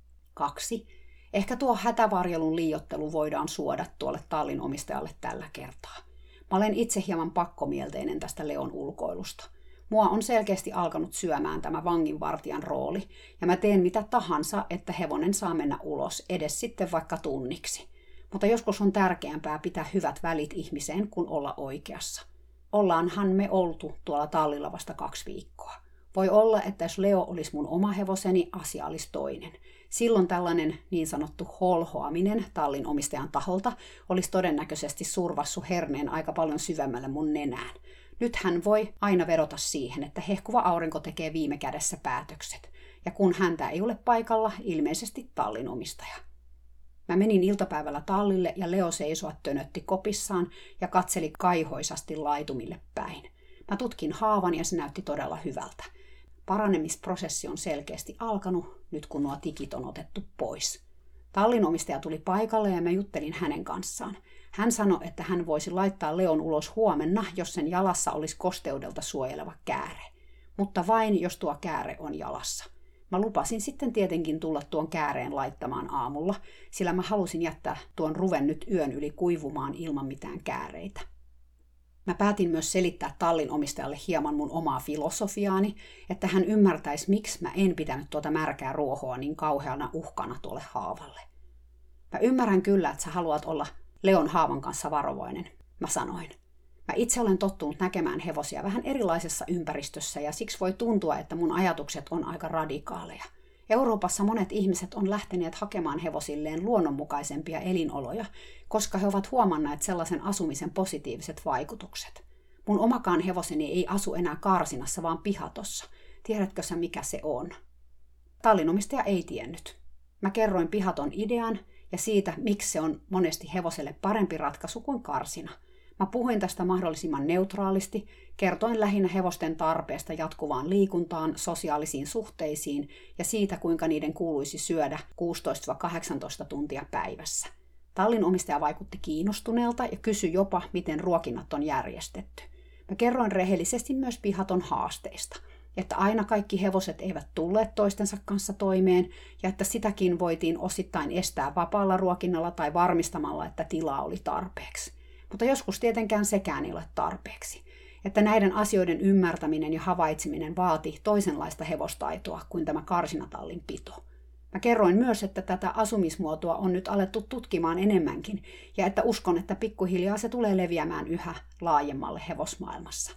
Kaksi. Ehkä tuo hätävarjelun liioittelu voidaan suoda tuolle tallin omistajalle tällä kertaa. Mä olen itse hieman pakkomielteinen tästä Leon ulkoilusta. Mua on selkeästi alkanut syömään tämä vanginvartijan rooli, ja mä teen mitä tahansa, että hevonen saa mennä ulos, edes sitten vaikka tunniksi. Mutta joskus on tärkeämpää pitää hyvät välit ihmiseen, kuin olla oikeassa. Ollaanhan me oltu tuolla tallilla vasta kaksi viikkoa. Voi olla, että jos Leo olisi mun oma hevoseni, asia olisi toinen. Silloin tällainen niin sanottu holhoaminen tallin omistajan taholta olisi todennäköisesti survassu herneen aika paljon syvemmälle mun nenään. Nyt hän voi aina vedota siihen, että hehkuva aurinko tekee viime kädessä päätökset. Ja kun häntä ei ole paikalla, ilmeisesti tallin omistaja. Mä menin iltapäivällä tallille ja Leo seisoa tönötti kopissaan ja katseli kaihoisasti laitumille päin. Mä tutkin haavan ja se näytti todella hyvältä. Paranemisprosessi on selkeästi alkanut, nyt kun nuo tikit on otettu pois. Tallin omistaja tuli paikalle ja mä juttelin hänen kanssaan. Hän sanoi, että hän voisi laittaa Leon ulos huomenna, jos sen jalassa olisi kosteudelta suojeleva kääre. Mutta vain, jos tuo kääre on jalassa. Mä lupasin sitten tietenkin tulla tuon kääreen laittamaan aamulla, sillä mä halusin jättää tuon ruven nyt yön yli kuivumaan ilman mitään kääreitä. Mä päätin myös selittää tallin omistajalle hieman mun omaa filosofiaani, että hän ymmärtäisi, miksi mä en pitänyt tuota märkää ruohoa niin kauheana uhkana tuolle haavalle. Mä ymmärrän kyllä, että sä haluat olla Leon haavan kanssa varovainen, mä sanoin. Mä itse olen tottunut näkemään hevosia vähän erilaisessa ympäristössä ja siksi voi tuntua, että mun ajatukset on aika radikaaleja. Euroopassa monet ihmiset on lähteneet hakemaan hevosilleen luonnonmukaisempia elinoloja, koska he ovat huomanneet sellaisen asumisen positiiviset vaikutukset. Mun omakaan hevoseni ei asu enää karsinassa, vaan pihatossa. Tiedätkö sä, mikä se on? Tallinomistaja ei tiennyt. Mä kerroin pihaton idean ja siitä, miksi se on monesti hevoselle parempi ratkaisu kuin karsina. Mä puhuin tästä mahdollisimman neutraalisti, kertoin lähinnä hevosten tarpeesta jatkuvaan liikuntaan, sosiaalisiin suhteisiin ja siitä, kuinka niiden kuuluisi syödä kuusitoista kahdeksantoista tuntia päivässä. Tallin omistaja vaikutti kiinnostuneelta ja kysyi jopa, miten ruokinnat on järjestetty. Mä kerroin rehellisesti myös pihaton haasteista, että aina kaikki hevoset eivät tulleet toistensa kanssa toimeen ja että sitäkin voitiin osittain estää vapaalla ruokinnalla tai varmistamalla, että tilaa oli tarpeeksi. Mutta joskus tietenkään sekään ei ole tarpeeksi. Että näiden asioiden ymmärtäminen ja havaitseminen vaati toisenlaista hevostaitoa kuin tämä karsinatallin pito. Mä kerroin myös, että tätä asumismuotoa on nyt alettu tutkimaan enemmänkin ja että uskon, että pikkuhiljaa se tulee leviämään yhä laajemmalle hevosmaailmassa.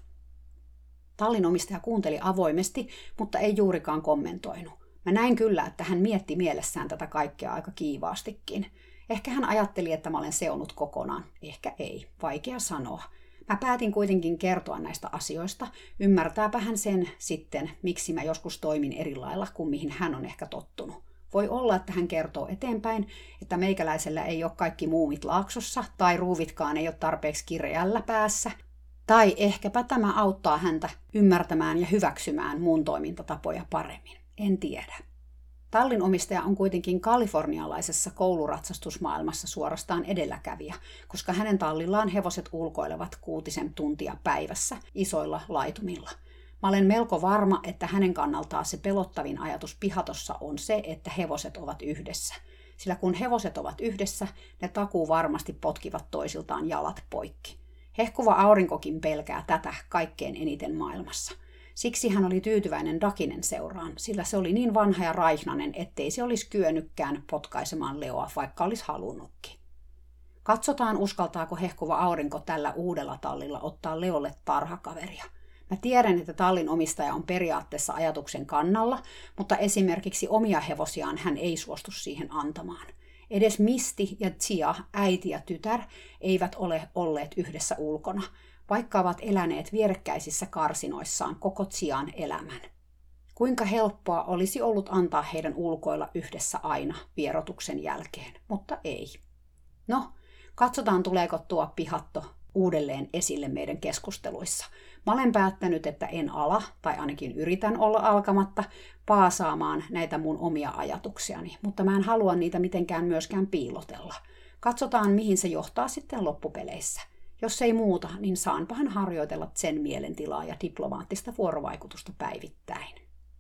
Tallin omistaja kuunteli avoimesti, mutta ei juurikaan kommentoinut. Mä näin kyllä, että hän mietti mielessään tätä kaikkea aika kiivaastikin. Ehkä hän ajatteli, että mä olen seonnut kokonaan. Ehkä ei. Vaikea sanoa. Mä päätin kuitenkin kertoa näistä asioista. Ymmärtääpä hän sen sitten, miksi mä joskus toimin eri lailla kuin mihin hän on ehkä tottunut. Voi olla, että hän kertoo eteenpäin, että meikäläisellä ei ole kaikki muumit laaksossa tai ruuvitkaan ei ole tarpeeksi kireällä päässä. Tai ehkäpä tämä auttaa häntä ymmärtämään ja hyväksymään mun toimintatapoja paremmin. En tiedä. Tallin omistaja on kuitenkin kalifornialaisessa kouluratsastusmaailmassa suorastaan edelläkävijä, koska hänen tallillaan hevoset ulkoilevat kuutisen tuntia päivässä isoilla laitumilla. Mä olen melko varma, että hänen kannaltaan se pelottavin ajatus pihatossa on se, että hevoset ovat yhdessä. Sillä kun hevoset ovat yhdessä, ne takuu varmasti potkivat toisiltaan jalat poikki. Hehkuva aurinkokin pelkää tätä kaikkein eniten maailmassa. Siksi hän oli tyytyväinen Dakinen seuraan, sillä se oli niin vanha ja raihnainen, ettei se olisi kyennytkään potkaisemaan Leoa, vaikka olisi halunnutkin. Katsotaan, uskaltaako hehkuva aurinko tällä uudella tallilla ottaa Leolle tarhakaveria. Mä tiedän, että tallin omistaja on periaatteessa ajatuksen kannalla, mutta esimerkiksi omia hevosiaan hän ei suostu siihen antamaan. Edes Misti ja Tsia, äiti ja tytär, eivät ole olleet yhdessä ulkona, vaikka ovat eläneet vierekkäisissä karsinoissaan koko Tsian elämän. Kuinka helppoa olisi ollut antaa heidän ulkoilla yhdessä aina vierotuksen jälkeen, mutta ei. No, katsotaan tuleeko tuo pihatto uudelleen esille meidän keskusteluissa. Mä olen päättänyt, että en ala, tai ainakin yritän olla alkamatta, paasaamaan näitä mun omia ajatuksiani, mutta mä en halua niitä mitenkään myöskään piilotella. Katsotaan, mihin se johtaa sitten loppupeleissä. Jos ei muuta, niin saanpahan harjoitella sen mielentilaa ja diplomaattista vuorovaikutusta päivittäin.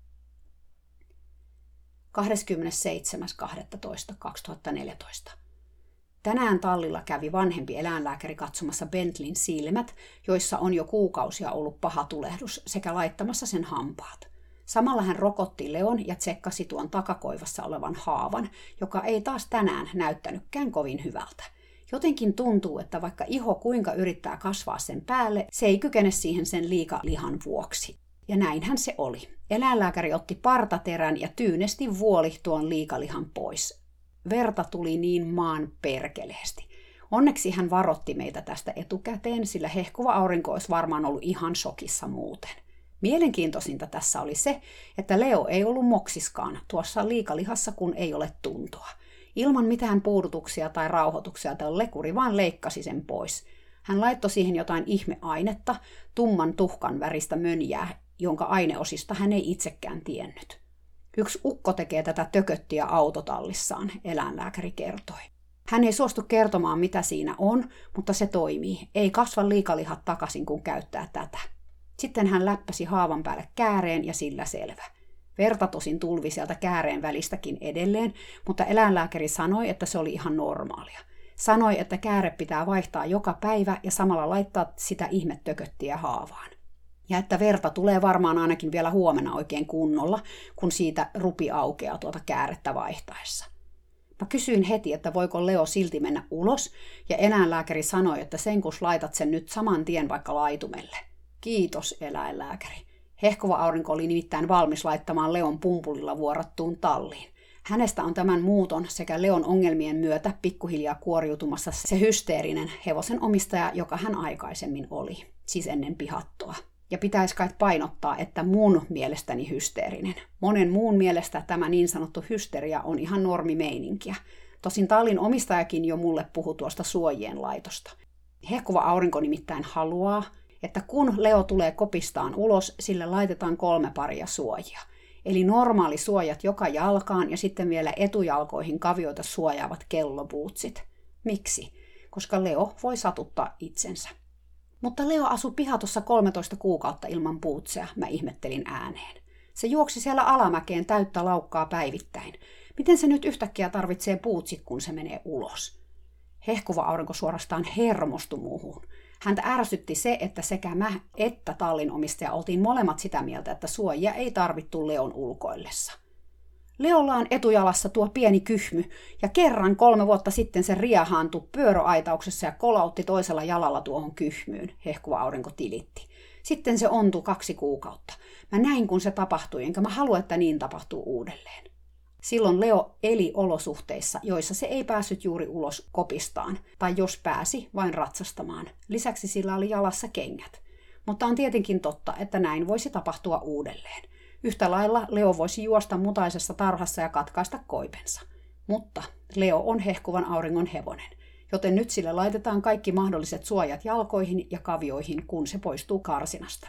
kahdeskymmenesseitsemäs kahdestoista kaksituhattaneljätoista. Tänään tallilla kävi vanhempi eläinlääkäri katsomassa Bentleyn silmät, joissa on jo kuukausia ollut paha tulehdus, sekä laittamassa sen hampaat. Samalla hän rokotti Leon ja tsekkasi tuon takakoivassa olevan haavan, joka ei taas tänään näyttänytkään kovin hyvältä. Jotenkin tuntuu, että vaikka iho kuinka yrittää kasvaa sen päälle, se ei kykene siihen sen liikalihan vuoksi. Ja näinhän se oli. Eläinlääkäri otti partaterän ja tyynesti vuoli tuon liikalihan pois. Verta tuli niin maan perkeleesti. Onneksi hän varotti meitä tästä etukäteen, sillä hehkuva aurinko olisi varmaan ollut ihan shokissa muuten. Mielenkiintoisinta tässä oli se, että Leo ei ollut moksiskaan tuossa liikalihassa, kun ei ole tuntoa. Ilman mitään puudutuksia tai rauhoituksia tämä lekuri vaan leikkasi sen pois. Hän laittoi siihen jotain ihmeainetta, tumman tuhkan väristä mönjää, jonka aineosista hän ei itsekään tiennyt. Yksi ukko tekee tätä tököttiä autotallissaan, eläinlääkäri kertoi. Hän ei suostu kertomaan, mitä siinä on, mutta se toimii. Ei kasva liikalihat takaisin, kun käyttää tätä. Sitten hän läppäsi haavan päälle kääreen ja sillä selvä. Verta tosin tulvi sieltä kääreen välistäkin edelleen, mutta eläinlääkäri sanoi, että se oli ihan normaalia. Sanoi, että kääre pitää vaihtaa joka päivä ja samalla laittaa sitä ihmettököttiä haavaan. Ja että verta tulee varmaan ainakin vielä huomenna oikein kunnolla, kun siitä rupi aukeaa tuota käärettä vaihtaessa. Mä kysyin heti, että voiko Leo silti mennä ulos, ja eläinlääkäri sanoi, että sen kun laitat sen nyt saman tien vaikka laitumelle. Kiitos, eläinlääkäri. Hehkuva aurinko oli nimittäin valmis laittamaan Leon pumpulilla vuorattuun talliin. Hänestä on tämän muuton sekä Leon ongelmien myötä pikkuhiljaa kuoriutumassa se hysteerinen hevosen omistaja, joka hän aikaisemmin oli, siis ennen pihattoa. Ja pitäisi kai painottaa, että mun mielestäni hysteerinen. Monen muun mielestä tämä niin sanottu hysteria on ihan normimeininkiä. Tosin tallin omistajakin jo mulle puhui tuosta suojien laitosta. Hehkuva aurinko nimittäin haluaa, että kun Leo tulee kopistaan ulos, sille laitetaan kolme paria suojia. Eli normaali suojat joka jalkaan ja sitten vielä etujalkoihin kavioita suojaavat kellobuutsit. Miksi? Koska Leo voi satuttaa itsensä. Mutta Leo asui pihatossa kolmetoista kuukautta ilman bootseja, mä ihmettelin ääneen. Se juoksi siellä alamäkeen täyttä laukkaa päivittäin. Miten se nyt yhtäkkiä tarvitsee bootsit, kun se menee ulos? Hehkuva aurinko suorastaan hermostui muuhun. Häntä ärsytti se, että sekä mä että tallin omistaja oltiin molemmat sitä mieltä, että suojia ei tarvittu Leon ulkoillessa. Leolla on etujalassa tuo pieni kyhmy, ja kerran kolme vuotta sitten se riehaantui pyöröaitauksessa ja kolautti toisella jalalla tuohon kyhmyyn, hehkuva aurinko tilitti. Sitten se ontui kaksi kuukautta. Mä näin, kun se tapahtui, enkä mä halua, että niin tapahtuu uudelleen. Silloin Leo eli olosuhteissa, joissa se ei päässyt juuri ulos kopistaan, tai jos pääsi, vain ratsastamaan. Lisäksi sillä oli jalassa kengät. Mutta on tietenkin totta, että näin voisi tapahtua uudelleen. Yhtä lailla Leo voisi juosta mutaisessa tarhassa ja katkaista koipensa. Mutta Leo on hehkuvan auringon hevonen, joten nyt sille laitetaan kaikki mahdolliset suojat jalkoihin ja kavioihin, kun se poistuu karsinasta.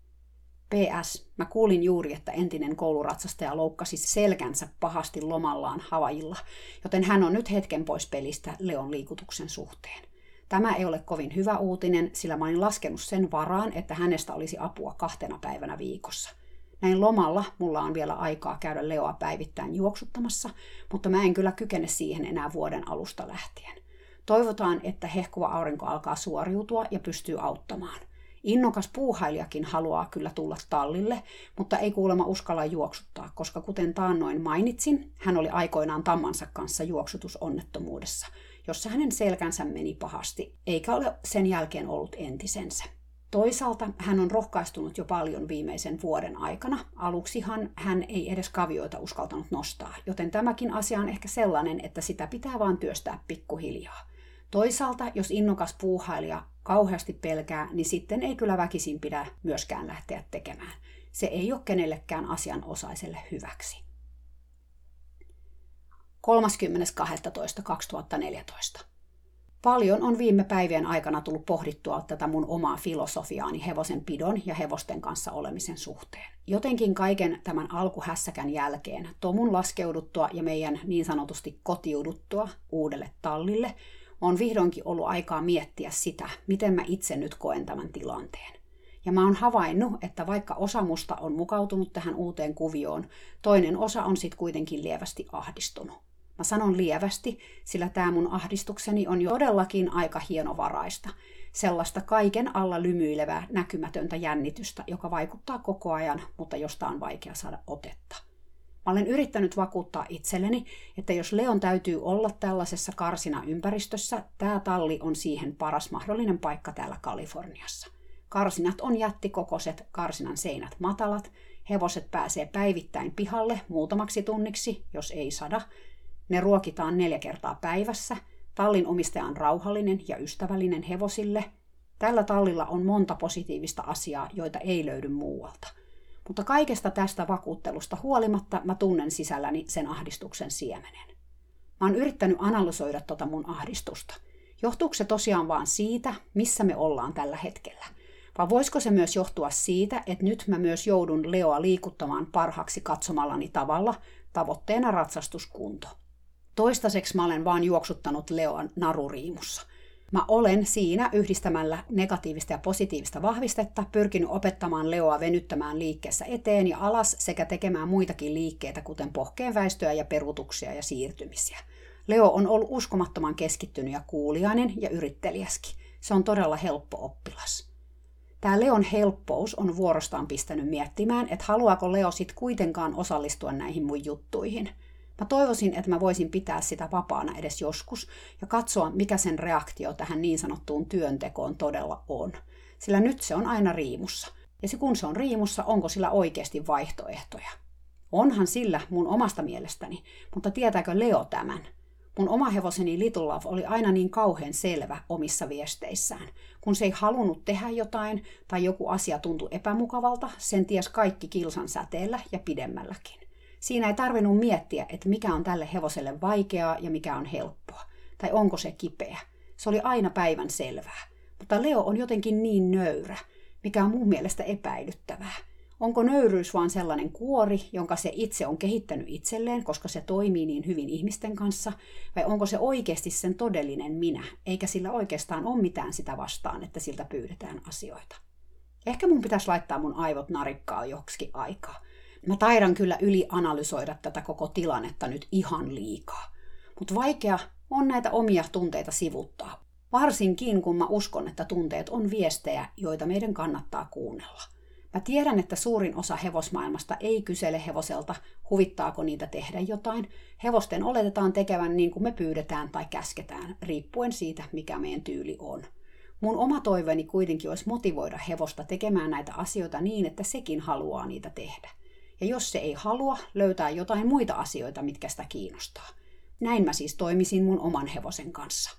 P S. Mä kuulin juuri, että entinen kouluratsastaja loukkasi selkänsä pahasti lomallaan Havaijilla, joten hän on nyt hetken pois pelistä Leon liikutuksen suhteen. Tämä ei ole kovin hyvä uutinen, sillä mä olin laskenut sen varaan, että hänestä olisi apua kahtena päivänä viikossa. Näin lomalla mulla on vielä aikaa käydä Leoa päivittäin juoksuttamassa, mutta mä en kyllä kykene siihen enää vuoden alusta lähtien. Toivotaan, että hehkuva aurinko alkaa suoriutua ja pystyy auttamaan. Innokas puuhailijakin haluaa kyllä tulla tallille, mutta ei kuulemma uskalla juoksuttaa, koska kuten taannoin mainitsin, hän oli aikoinaan tammansa kanssa juoksutusonnettomuudessa, jossa hänen selkänsä meni pahasti, eikä ole sen jälkeen ollut entisensä. Toisaalta hän on rohkaistunut jo paljon viimeisen vuoden aikana. Aluksihan hän ei edes kavioita uskaltanut nostaa, joten tämäkin asia on ehkä sellainen, että sitä pitää vaan työstää pikkuhiljaa. Toisaalta, jos innokas puuhailija kauheasti pelkää, niin sitten ei kyllä väkisin pidä myöskään lähteä tekemään. Se ei ole kenellekään asianosaiselle hyväksi. kolmaskymmenes kahdestoista kaksituhattaneljätoista. Paljon on viime päivien aikana tullut pohdittua tätä mun omaa filosofiaani hevosen pidon ja hevosten kanssa olemisen suhteen. Jotenkin kaiken tämän alkuhässäkän jälkeen, Tomun laskeuduttua ja meidän niin sanotusti kotiuduttua uudelle tallille, on vihdoinkin ollut aikaa miettiä sitä, miten mä itse nyt koen tämän tilanteen. Ja mä oon havainnut, että vaikka osa musta on mukautunut tähän uuteen kuvioon, toinen osa on sit kuitenkin lievästi ahdistunut. Mä sanon lievästi, sillä tää mun ahdistukseni on jo todellakin aika hienovaraista. Sellaista kaiken alla lymyilevää näkymätöntä jännitystä, joka vaikuttaa koko ajan, mutta josta on vaikea saada otetta. Mä olen yrittänyt vakuuttaa itselleni, että jos Leon täytyy olla tällaisessa karsinaympäristössä, tää talli on siihen paras mahdollinen paikka täällä Kaliforniassa. Karsinat on jättikokoiset, karsinan seinät matalat, hevoset pääsee päivittäin pihalle muutamaksi tunniksi, jos ei sada. Ne ruokitaan neljä kertaa päivässä. Tallin omistaja on rauhallinen ja ystävällinen hevosille. Tällä tallilla on monta positiivista asiaa, joita ei löydy muualta. Mutta kaikesta tästä vakuuttelusta huolimatta mä tunnen sisälläni sen ahdistuksen siemenen. Mä oon yrittänyt analysoida tota mun ahdistusta. Johtuuko se tosiaan vaan siitä, missä me ollaan tällä hetkellä? Vai voisiko se myös johtua siitä, että nyt mä myös joudun Leoa liikuttamaan parhaaksi katsomallani tavalla, tavoitteena ratsastuskunto? Toistaiseksi mä olen vaan juoksuttanut Leoan naruriimussa. Mä olen siinä yhdistämällä negatiivista ja positiivista vahvistetta pyrkinyt opettamaan Leoa venyttämään liikkeessä eteen ja alas sekä tekemään muitakin liikkeitä, kuten pohkeenväistöä ja peruutuksia ja siirtymisiä. Leo on ollut uskomattoman keskittynyt ja kuuliainen ja yritteliäskin. Se on todella helppo oppilas. Tämä Leon helppous on vuorostaan pistänyt miettimään, että haluaako Leo sit kuitenkaan osallistua näihin mun juttuihin. Mä toivoisin, että mä voisin pitää sitä vapaana edes joskus ja katsoa, mikä sen reaktio tähän niin sanottuun työntekoon todella on. Sillä nyt se on aina riimussa. Ja se, kun se on riimussa, onko sillä oikeasti vaihtoehtoja? Onhan sillä mun omasta mielestäni, mutta tietääkö Leo tämän? Mun oma hevoseni Little Love oli aina niin kauhean selvä omissa viesteissään. Kun se ei halunnut tehdä jotain tai joku asia tuntui epämukavalta, sen ties kaikki kilsan säteellä ja pidemmälläkin. Siinä ei tarvinnut miettiä, että mikä on tälle hevoselle vaikeaa ja mikä on helppoa. Tai onko se kipeä. Se oli aina päivän selvää. Mutta Leo on jotenkin niin nöyrä, mikä on mun mielestä epäilyttävää. Onko nöyryys vaan sellainen kuori, jonka se itse on kehittänyt itselleen, koska se toimii niin hyvin ihmisten kanssa, vai onko se oikeasti sen todellinen minä, eikä sillä oikeastaan ole mitään sitä vastaan, että siltä pyydetään asioita? Ehkä mun pitäisi laittaa mun aivot narikkaa joksikin aikaa. Mä taidan kyllä ylianalysoida tätä koko tilannetta nyt ihan liikaa. Mutta vaikea on näitä omia tunteita sivuttaa. Varsinkin kun mä uskon, että tunteet on viestejä, joita meidän kannattaa kuunnella. Mä tiedän, että suurin osa hevosmaailmasta ei kysele hevoselta, huvittaako niitä tehdä jotain. Hevosten oletetaan tekevän niin kuin me pyydetään tai käsketään, riippuen siitä, mikä meidän tyyli on. Mun oma toiveeni kuitenkin olisi motivoida hevosta tekemään näitä asioita niin, että sekin haluaa niitä tehdä. Ja jos se ei halua, löytää jotain muita asioita, mitkä sitä kiinnostaa. Näin mä siis toimisin mun oman hevosen kanssa.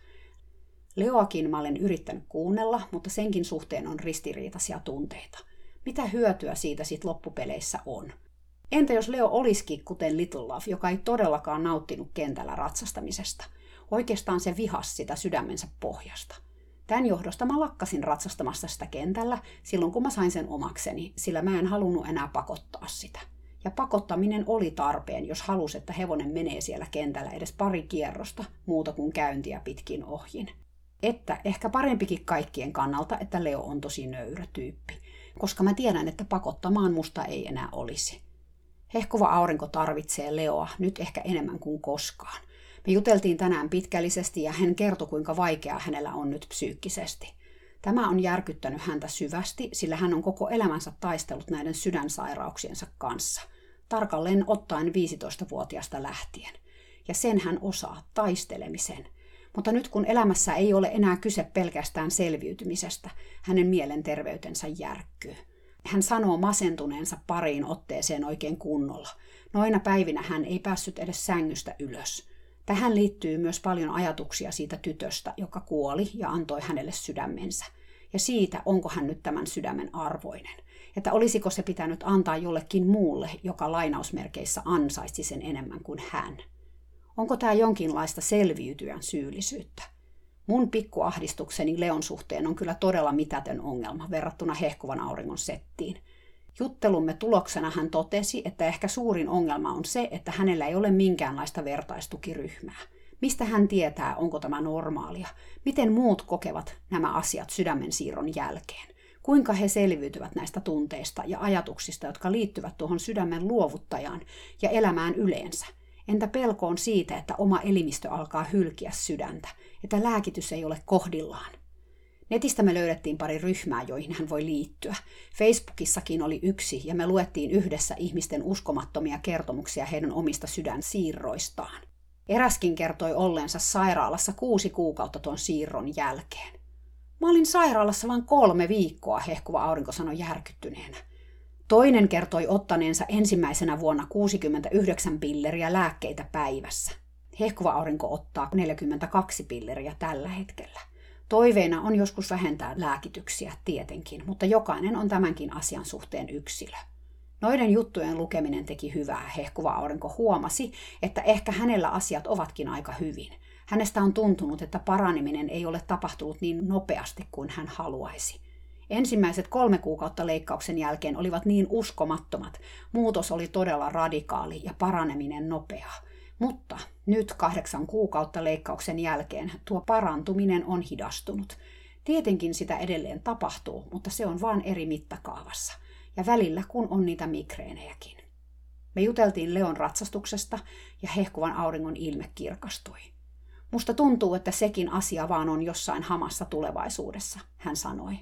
Leoakin mä olen yrittänyt kuunnella, mutta senkin suhteen on ristiriitaisia tunteita. Mitä hyötyä siitä sit loppupeleissä on? Entä jos Leo olisikin kuten Little Love, joka ei todellakaan nauttinut kentällä ratsastamisesta? Oikeastaan se vihasi sitä sydämensä pohjasta. Tämän johdosta mä lakkasin ratsastamasta sitä kentällä silloin, kun mä sain sen omakseni, sillä mä en halunnut enää pakottaa sitä. Ja pakottaminen oli tarpeen, jos halusi, että hevonen menee siellä kentällä edes pari kierrosta, muuta kuin käyntiä pitkin ohjin. Että ehkä parempikin kaikkien kannalta, että Leo on tosi nöyrä tyyppi, koska mä tiedän, että pakottamaan musta ei enää olisi. Hehkuva aurinko tarvitsee Leoa nyt ehkä enemmän kuin koskaan. Me juteltiin tänään pitkällisesti ja hän kertoi, kuinka vaikeaa hänellä on nyt psyykkisesti. Tämä on järkyttänyt häntä syvästi, sillä hän on koko elämänsä taistellut näiden sydänsairauksiensa kanssa. Tarkalleen ottaen viisitoistavuotiaasta lähtien. Ja sen hän osaa, taistelemisen. Mutta nyt kun elämässä ei ole enää kyse pelkästään selviytymisestä, hänen mielenterveytensä järkkyy. Hän sanoo masentuneensa pariin otteeseen oikein kunnolla. Noina päivinä hän ei päässyt edes sängystä ylös. Tähän liittyy myös paljon ajatuksia siitä tytöstä, joka kuoli ja antoi hänelle sydämensä. Ja siitä, onko hän nyt tämän sydämen arvoinen. Että olisiko se pitänyt antaa jollekin muulle, joka lainausmerkeissä ansaitsi sen enemmän kuin hän. Onko tämä jonkinlaista selviytyjän syyllisyyttä? Mun pikkuahdistukseni Leon suhteen on kyllä todella mitätön ongelma verrattuna hehkuvan auringon settiin. Juttelumme tuloksena hän totesi, että ehkä suurin ongelma on se, että hänellä ei ole minkäänlaista vertaistukiryhmää. Mistä hän tietää, onko tämä normaalia? Miten muut kokevat nämä asiat sydämen siirron jälkeen? Kuinka he selviytyvät näistä tunteista ja ajatuksista, jotka liittyvät tuohon sydämen luovuttajaan ja elämään yleensä? Entä pelkoon siitä, että oma elimistö alkaa hylkiä sydäntä, että lääkitys ei ole kohdillaan? Netistä me löydettiin pari ryhmää, joihin hän voi liittyä. Facebookissakin oli yksi, ja me luettiin yhdessä ihmisten uskomattomia kertomuksia heidän omista sydänsiirroistaan. Eräskin kertoi olleensa sairaalassa kuusi kuukautta tuon siirron jälkeen. Mä olin sairaalassa vain kolme viikkoa, hehkuva aurinko sanoi järkyttyneenä. Toinen kertoi ottaneensa ensimmäisenä vuonna kuusikymmentäyhdeksän pilleriä lääkkeitä päivässä. Hehkuva aurinko ottaa neljäkymmentäkaksi pilleriä tällä hetkellä. Toiveena on joskus vähentää lääkityksiä tietenkin, mutta jokainen on tämänkin asian suhteen yksilö. Noiden juttujen lukeminen teki hyvää. Hehkuva aurinko huomasi, että ehkä hänellä asiat ovatkin aika hyvin. Hänestä on tuntunut, että paraneminen ei ole tapahtunut niin nopeasti kuin hän haluaisi. Ensimmäiset kolme kuukautta leikkauksen jälkeen olivat niin uskomattomat. Muutos oli todella radikaali ja paraneminen nopeaa. Mutta nyt kahdeksan kuukautta leikkauksen jälkeen tuo parantuminen on hidastunut. Tietenkin sitä edelleen tapahtuu, mutta se on vain eri mittakaavassa. Ja välillä kun on niitä migreenejäkin. Me juteltiin Leon ratsastuksesta ja hehkuvan auringon ilme kirkastui. Musta tuntuu, että sekin asia vaan on jossain hamassa tulevaisuudessa, hän sanoi.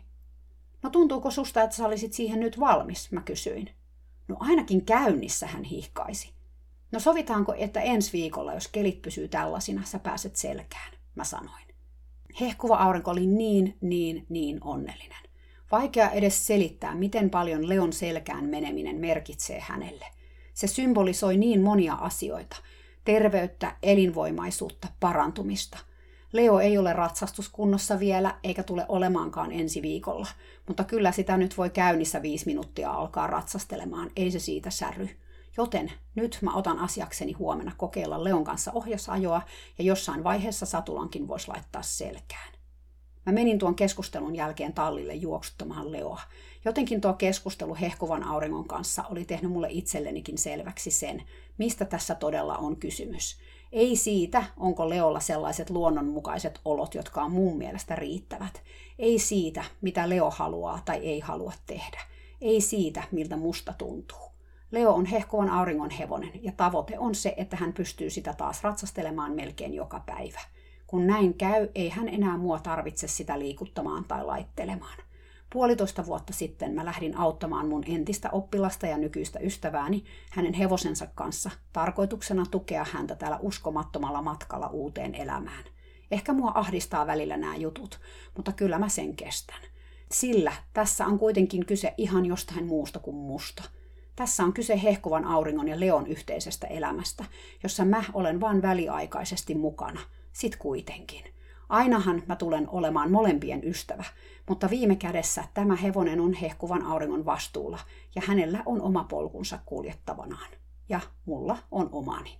No tuntuuko susta, että sä olisit siihen nyt valmis, mä kysyin. No ainakin käynnissä, hän hihkaisi. No sovitaanko, että ensi viikolla, jos kelit pysyy tällaisina, sä pääset selkään, mä sanoin. Hehkuva aurinko oli niin, niin, niin onnellinen. Vaikea edes selittää, miten paljon Leon selkään meneminen merkitsee hänelle. Se symbolisoi niin monia asioita. Terveyttä, elinvoimaisuutta, parantumista. Leo ei ole ratsastuskunnossa vielä, eikä tule olemaankaan ensi viikolla, mutta kyllä sitä nyt voi käynnissä viisi minuuttia alkaa ratsastelemaan, ei se siitä särry. Joten nyt mä otan asiakseni huomenna kokeilla Leon kanssa ohjasajoa ja jossain vaiheessa satulankin voisi laittaa selkään. Mä menin tuon keskustelun jälkeen tallille juoksuttamaan Leoa. Jotenkin tuo keskustelu hehkuvan auringon kanssa oli tehnyt mulle itsellenikin selväksi sen, mistä tässä todella on kysymys. Ei siitä, onko Leolla sellaiset luonnonmukaiset olot, jotka on mun mielestä riittävät. Ei siitä, mitä Leo haluaa tai ei halua tehdä. Ei siitä, miltä musta tuntuu. Leo on hehkuvan auringon hevonen ja tavoite on se, että hän pystyy sitä taas ratsastelemaan melkein joka päivä. Kun näin käy, ei hän enää mua tarvitse sitä liikuttamaan tai laittelemaan. Puolitoista vuotta sitten mä lähdin auttamaan mun entistä oppilasta ja nykyistä ystävääni hänen hevosensa kanssa, tarkoituksena tukea häntä tällä uskomattomalla matkalla uuteen elämään. Ehkä mua ahdistaa välillä nämä jutut, mutta kyllä mä sen kestän. Sillä tässä on kuitenkin kyse ihan jostain muusta kuin musta. Tässä on kyse hehkuvan auringon ja Leon yhteisestä elämästä, jossa mä olen vain väliaikaisesti mukana. Sit kuitenkin. Ainahan mä tulen olemaan molempien ystävä, mutta viime kädessä tämä hevonen on hehkuvan auringon vastuulla ja hänellä on oma polkunsa kuljettavanaan. Ja mulla on omani.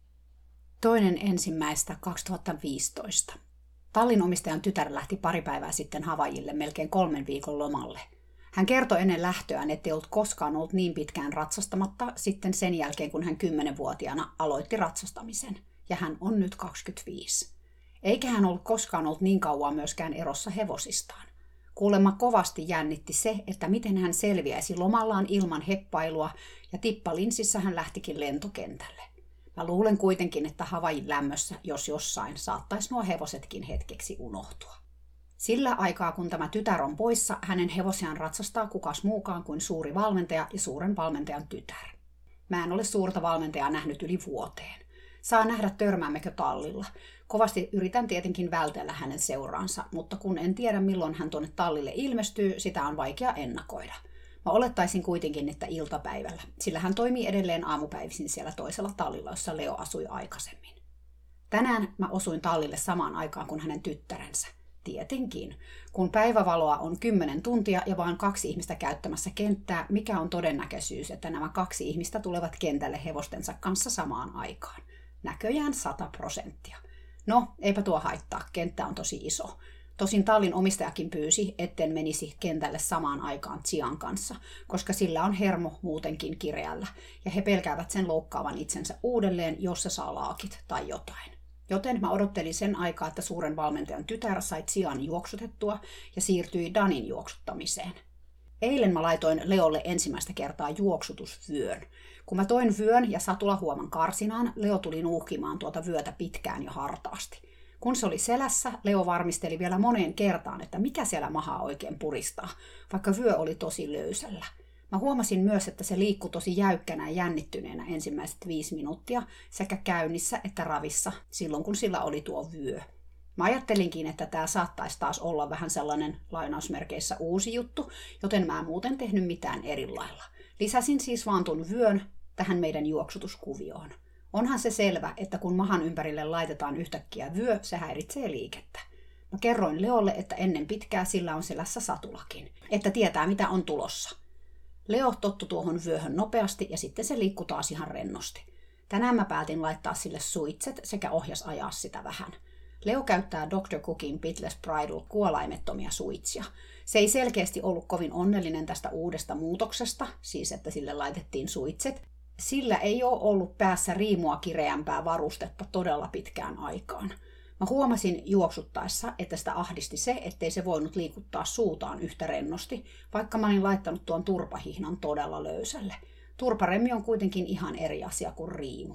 Toinen ensimmäistä kaksituhattaviisitoista. Tallin omistajan tytär lähti pari päivää sitten Havaijille melkein kolmen viikon lomalle. Hän kertoi ennen lähtöään, ettei ollut koskaan ollut niin pitkään ratsastamatta sitten sen jälkeen, kun hän kymmenvuotiaana aloitti ratsastamisen. Ja hän on nyt kaksikymmentäviisi. Eikä hän ollut koskaan ollut niin kauan myöskään erossa hevosistaan. Kuulemma kovasti jännitti se, että miten hän selviäisi lomallaan ilman heppailua, ja tippalinssissä hän lähtikin lentokentälle. Mä luulen kuitenkin, että Havaijin lämmössä, jos jossain, saattaisi nuo hevosetkin hetkeksi unohtua. Sillä aikaa, kun tämä tytär on poissa, hänen hevosiaan ratsastaa kukas muukaan kuin suuri valmentaja ja suuren valmentajan tytär. Mä en ole suurta valmentajaa nähnyt yli vuoteen. Saa nähdä, törmäämmekö tallilla. Kovasti yritän tietenkin vältellä hänen seuraansa, mutta kun en tiedä milloin hän tuonne tallille ilmestyy, sitä on vaikea ennakoida. Mä olettaisin kuitenkin, että iltapäivällä, sillä hän toimii edelleen aamupäivisin siellä toisella tallilla, jossa Leo asui aikaisemmin. Tänään mä osuin tallille samaan aikaan kuin hänen tyttärensä. Tietenkin. Kun päivävaloa on kymmenen tuntia ja vain kaksi ihmistä käyttämässä kenttää, mikä on todennäköisyys, että nämä kaksi ihmistä tulevat kentälle hevostensa kanssa samaan aikaan? Näköjään sata prosenttia. No, eipä tuo haittaa, kenttä on tosi iso. Tosin tallin omistajakin pyysi, etten menisi kentälle samaan aikaan Tsian kanssa, koska sillä on hermo muutenkin kireällä, ja he pelkäävät sen loukkaavan itsensä uudelleen, jos se saa laakit tai jotain. Joten mä odottelin sen aikaa, että suuren valmentajan tytär sai Tsian juoksutettua ja siirtyi Danin juoksuttamiseen. Eilen mä laitoin Leolle ensimmäistä kertaa juoksutusvyön. Kun mä toin vyön ja satulahuoman karsinaan, Leo tuli nuuhkimaan tuota vyötä pitkään ja hartaasti. Kun se oli selässä, Leo varmisteli vielä moneen kertaan, että mikä siellä mahaa oikein puristaa, vaikka vyö oli tosi löysällä. Mä huomasin myös, että se liikkui tosi jäykkänä ja jännittyneenä ensimmäiset viisi minuuttia sekä käynnissä että ravissa silloin, kun sillä oli tuo vyö. Mä ajattelinkin, että tämä saattaisi taas olla vähän sellainen lainausmerkeissä uusi juttu, joten mä en muuten tehnyt mitään eri lailla. Lisäsin siis vaan tuon vyön tähän meidän juoksutuskuvioon. Onhan se selvä, että kun mahan ympärille laitetaan yhtäkkiä vyö, se häiritsee liikettä. Mä kerroin Leolle, että ennen pitkää sillä on selässä satulakin, että tietää mitä on tulossa. Leo tottui tuohon vyöhön nopeasti ja sitten se liikkui taas ihan rennosti. Tänään mä päätin laittaa sille suitset sekä ohjas ajaa sitä vähän. Leo käyttää doktor Cookin Pitless Bridle kuolaimettomia suitsia. Se ei selkeästi ollut kovin onnellinen tästä uudesta muutoksesta, siis että sille laitettiin suitset. Sillä ei ole ollut päässä riimua kireämpää varustetta todella pitkään aikaan. Mä huomasin juoksuttaessa, että sitä ahdisti se, ettei se voinut liikuttaa suutaan yhtä rennosti, vaikka mä olin laittanut tuon turpahihnan todella löysälle. Turparemmi on kuitenkin ihan eri asia kuin riimu.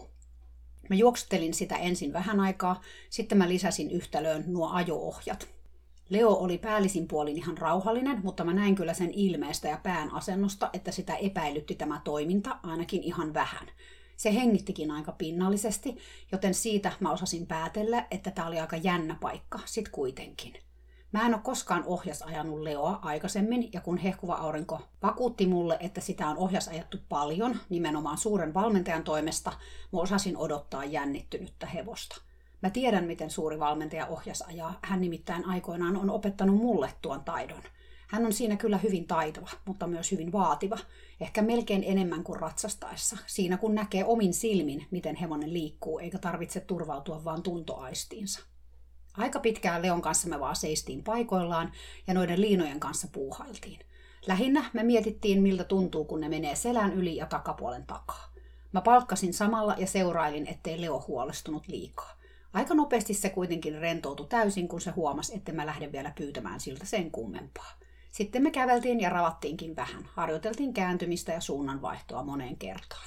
Mä juoksuttelin sitä ensin vähän aikaa, sitten mä lisäsin yhtälöön nuo ajo-ohjat. Leo oli päällisin puolin ihan rauhallinen, mutta mä näin kyllä sen ilmeestä ja pään asennosta, että sitä epäilytti tämä toiminta ainakin ihan vähän. Se hengittikin aika pinnallisesti, joten siitä mä osasin päätellä, että tää oli aika jännä paikka sit kuitenkin. Mä en ole koskaan ohjasajanut Leoa aikaisemmin, ja kun hehkuva aurinko vakuutti mulle, että sitä on ohjasajattu paljon, nimenomaan suuren valmentajan toimesta, mä osasin odottaa jännittynyttä hevosta. Mä tiedän, miten suuri valmentaja ohjasajaa. Hän nimittäin aikoinaan on opettanut mulle tuon taidon. Hän on siinä kyllä hyvin taitava, mutta myös hyvin vaativa. Ehkä melkein enemmän kuin ratsastaessa. Siinä kun näkee omin silmin, miten hevonen liikkuu, eikä tarvitse turvautua vaan tuntoaistiinsa. Aika pitkään Leon kanssa me vaan seistiin paikoillaan ja noiden liinojen kanssa puuhailtiin. Lähinnä me mietittiin, miltä tuntuu, kun ne menee selän yli ja takapuolen takaa. Mä palkkasin samalla ja seurailin, ettei Leo huolestunut liikaa. Aika nopeasti se kuitenkin rentoutui täysin, kun se huomasi, että mä lähden vielä pyytämään siltä sen kummempaa. Sitten me käveltiin ja ravattiinkin vähän, harjoiteltiin kääntymistä ja suunnanvaihtoa moneen kertaan.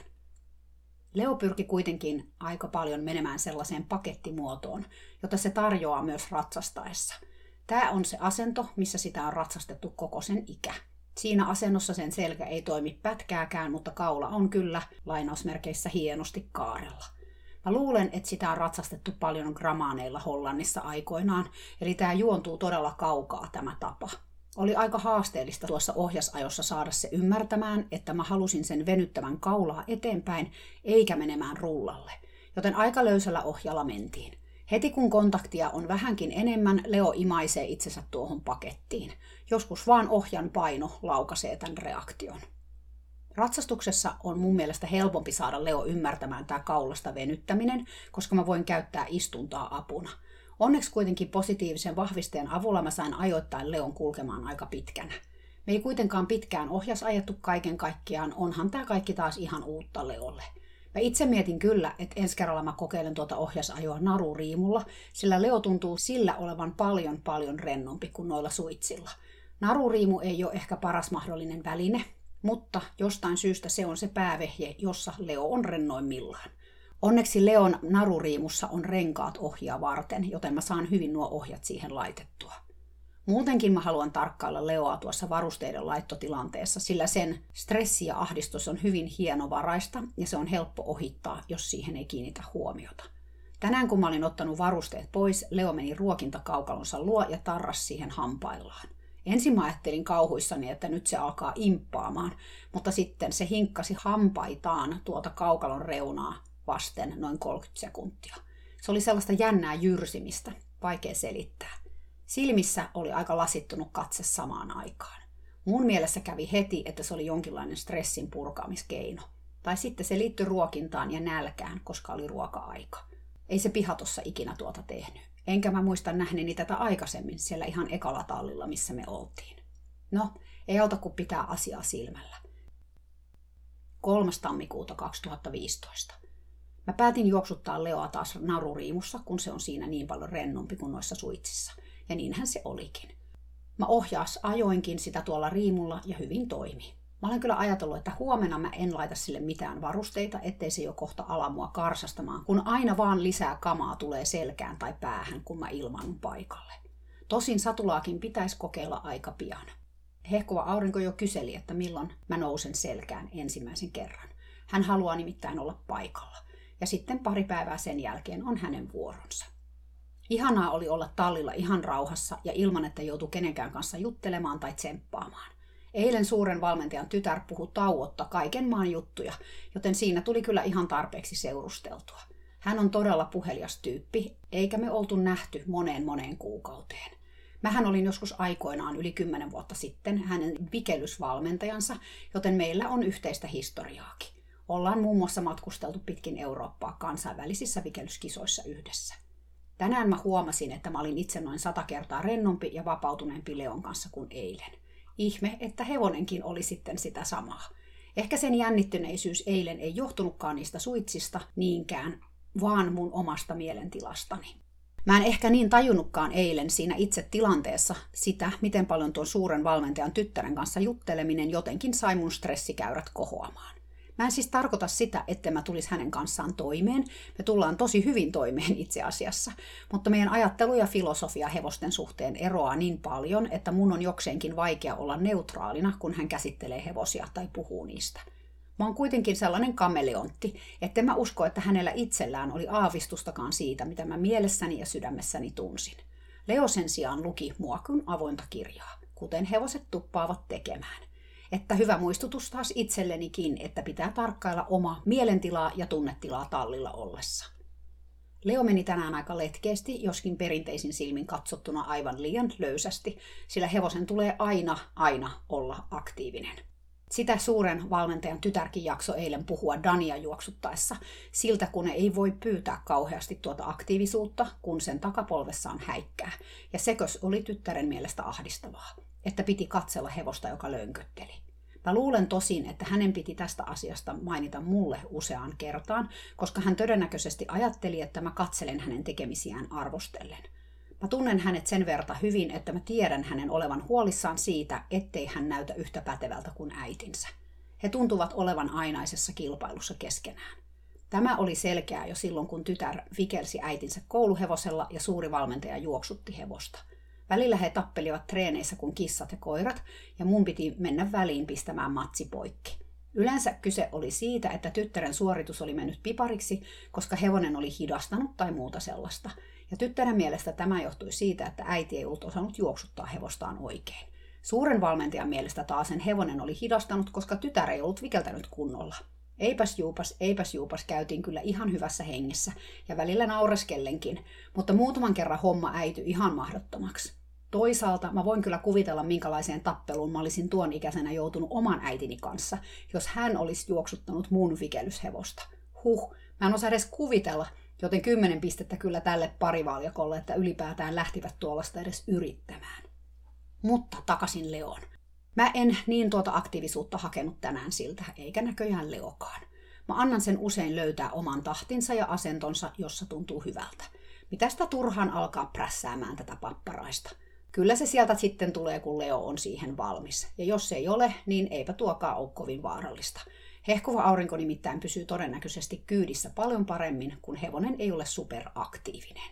Leo pyrki kuitenkin aika paljon menemään sellaiseen pakettimuotoon, jota se tarjoaa myös ratsastaessa. Tämä on se asento, missä sitä on ratsastettu koko sen ikä. Siinä asennossa sen selkä ei toimi pätkääkään, mutta kaula on kyllä lainausmerkeissä hienosti kaarella. Mä luulen, että sitä on ratsastettu paljon gramaaneilla Hollannissa aikoinaan, eli tämä juontuu todella kaukaa tämä tapa. Oli aika haasteellista tuossa ohjasajossa saada se ymmärtämään, että mä halusin sen venyttävän kaulaa eteenpäin, eikä menemään rullalle. Joten aika löysällä ohjalla mentiin. Heti kun kontaktia on vähänkin enemmän, Leo imaisee itsensä tuohon pakettiin. Joskus vaan ohjan paino laukaisee tämän reaktion. Ratsastuksessa on mun mielestä helpompi saada Leo ymmärtämään tämä kaulasta venyttäminen, koska mä voin käyttää istuntaa apuna. Onneksi kuitenkin positiivisen vahvisteen avulla mä sain ajoittain Leon kulkemaan aika pitkänä. Me ei kuitenkaan pitkään ohjas ajettu kaiken kaikkiaan, onhan tää kaikki taas ihan uutta Leolle. Mä itse mietin kyllä, että ensi kerralla mä kokeilen tuota ohjasajoa naruriimulla, sillä Leo tuntuu sillä olevan paljon paljon rennompi kuin noilla suitsilla. Naruriimu ei ole ehkä paras mahdollinen väline, mutta jostain syystä se on se päävehje, jossa Leo on rennoimmillaan. Onneksi Leon naruriimussa on renkaat ohjaa varten, joten mä saan hyvin nuo ohjat siihen laitettua. Muutenkin mä haluan tarkkailla Leoa tuossa varusteiden laittotilanteessa, sillä sen stressi ja ahdistus on hyvin hienovaraista ja se on helppo ohittaa, jos siihen ei kiinnitä huomiota. Tänään kun mä olin ottanut varusteet pois, Leo meni ruokintakaukalonsa luo ja tarras siihen hampaillaan. Ensin mä ajattelin kauhuissani, että nyt se alkaa imppaamaan, mutta sitten se hinkkasi hampaitaan tuota kaukalon reunaa vasten noin kolmekymmentä sekuntia. Se oli sellaista jännää jyrsimistä, vaikea selittää. Silmissä oli aika lasittunut katse samaan aikaan. Mun mielessä kävi heti, että se oli jonkinlainen stressin purkaamiskeino. Tai sitten se liittyi ruokintaan ja nälkään, koska oli ruoka-aika. Ei se pihatossa ikinä tuota tehnyt. Enkä mä muista nähneeni tätä aikaisemmin siellä ihan ekalla tallilla, missä me oltiin. No, ei auta kuin pitää asiaa silmällä. kolmas tammikuuta kaksituhattaviisitoista. Mä päätin juoksuttaa Leoa taas naruriimussa, kun se on siinä niin paljon rennompi kuin noissa suitsissa. Ja niinhän se olikin. Mä ohjaas ajoinkin sitä tuolla riimulla ja hyvin toimi. Mä olen kyllä ajatellut, että huomenna mä en laita sille mitään varusteita, ettei se jo kohta ala mua karsastamaan, kun aina vaan lisää kamaa tulee selkään tai päähän, kun mä ilmaannun paikalle. Tosin satulaakin pitäisi kokeilla aika pian. Hehkuva aurinko jo kyseli, että milloin mä nousen selkään ensimmäisen kerran. Hän haluaa nimittäin olla paikalla. Ja sitten pari päivää sen jälkeen on hänen vuoronsa. Ihanaa oli olla tallilla ihan rauhassa ja ilman, että joutui kenenkään kanssa juttelemaan tai tsemppaamaan. Eilen suuren valmentajan tytär puhui tauotta kaiken maan juttuja, joten siinä tuli kyllä ihan tarpeeksi seurusteltua. Hän on todella puhelias tyyppi, eikä me oltu nähty moneen moneen kuukauteen. Mähän olin joskus aikoinaan yli kymmenen vuotta sitten hänen vikelysvalmentajansa, joten meillä on yhteistä historiaakin. Ollaan muun muassa matkusteltu pitkin Eurooppaa kansainvälisissä vikelyskisoissa yhdessä. Tänään mä huomasin, että mä olin itse noin sata kertaa rennompi ja vapautuneempi Leon kanssa kuin eilen. Ihme, että hevonenkin oli sitten sitä samaa. Ehkä sen jännittyneisyys eilen ei johtunutkaan niistä suitsista niinkään, vaan mun omasta mielentilastani. Mä en ehkä niin tajunnutkaan eilen siinä itse tilanteessa sitä, miten paljon tuon suuren valmentajan tyttären kanssa jutteleminen jotenkin sai mun stressikäyrät kohoamaan. Mä en siis tarkoita sitä, että mä tulisi hänen kanssaan toimeen. Me tullaan tosi hyvin toimeen itse asiassa. Mutta meidän ajattelu ja filosofia hevosten suhteen eroaa niin paljon, että mun on jokseenkin vaikea olla neutraalina, kun hän käsittelee hevosia tai puhuu niistä. Mä oon kuitenkin sellainen kameleontti, että mä usko, että hänellä itsellään oli aavistustakaan siitä, mitä mä mielessäni ja sydämessäni tunsin. Leo sen sijaan luki mua kuin avointa kirjaa, kuten hevoset tuppaavat tekemään. Että hyvä muistutus taas itsellenikin, että pitää tarkkailla omaa mielentilaa ja tunnetilaa tallilla ollessa. Leo meni tänään aika letkeästi, joskin perinteisin silmin katsottuna aivan liian löysästi, sillä hevosen tulee aina, aina olla aktiivinen. Sitä suuren valmentajan tytärkin jakso eilen puhua Dania juoksuttaessa, siltä kun ei voi pyytää kauheasti tuota aktiivisuutta, kun sen takapolvessaan häikkää. Ja sekös oli tyttären mielestä ahdistavaa, että piti katsella hevosta, joka lönkötteli. Mä luulen tosin, että hänen piti tästä asiasta mainita mulle useaan kertaan, koska hän todennäköisesti ajatteli, että mä katselen hänen tekemisiään arvostellen. Mä tunnen hänet sen verta hyvin, että mä tiedän hänen olevan huolissaan siitä, ettei hän näytä yhtä pätevältä kuin äitinsä. He tuntuvat olevan ainaisessa kilpailussa keskenään. Tämä oli selkeää jo silloin, kun tytär vikelsi äitinsä kouluhevosella ja suuri valmentaja juoksutti hevosta. Välillä he tappelivat treeneissä kuin kissat ja koirat, ja mun piti mennä väliin pistämään matsi poikki. Yleensä kyse oli siitä, että tyttären suoritus oli mennyt pipariksi, koska hevonen oli hidastanut tai muuta sellaista. Ja tyttären mielestä tämä johtui siitä, että äiti ei ollut osannut juoksuttaa hevostaan oikein. Suuren valmentajan mielestä taas sen hevonen oli hidastanut, koska tytär ei ollut vikeltänyt kunnolla. Eipäs juupas, eipäs juupas käytiin kyllä ihan hyvässä hengessä ja välillä naureskellenkin, mutta muutaman kerran homma äityi ihan mahdottomaksi. Toisaalta mä voin kyllä kuvitella, minkälaiseen tappeluun mä olisin tuon ikäisenä joutunut oman äitini kanssa, jos hän olisi juoksuttanut mun vikelyshevosta. Huh, mä en osaa edes kuvitella, joten kymmenen pistettä kyllä tälle parivaljakolle, että ylipäätään lähtivät tuollaista edes yrittämään. Mutta takaisin Leoon. Mä en niin tuota aktiivisuutta hakenut tänään siltä, eikä näköjään Leokaan. Mä annan sen usein löytää oman tahtinsa ja asentonsa, jossa tuntuu hyvältä. Mitä sitä turhaan alkaa prässäämään tätä papparaista? Kyllä se sieltä sitten tulee, kun Leo on siihen valmis. Ja jos ei ole, niin eipä tuokaan ole kovin vaarallista. Hehkuva aurinko nimittäin pysyy todennäköisesti kyydissä paljon paremmin, kun hevonen ei ole superaktiivinen.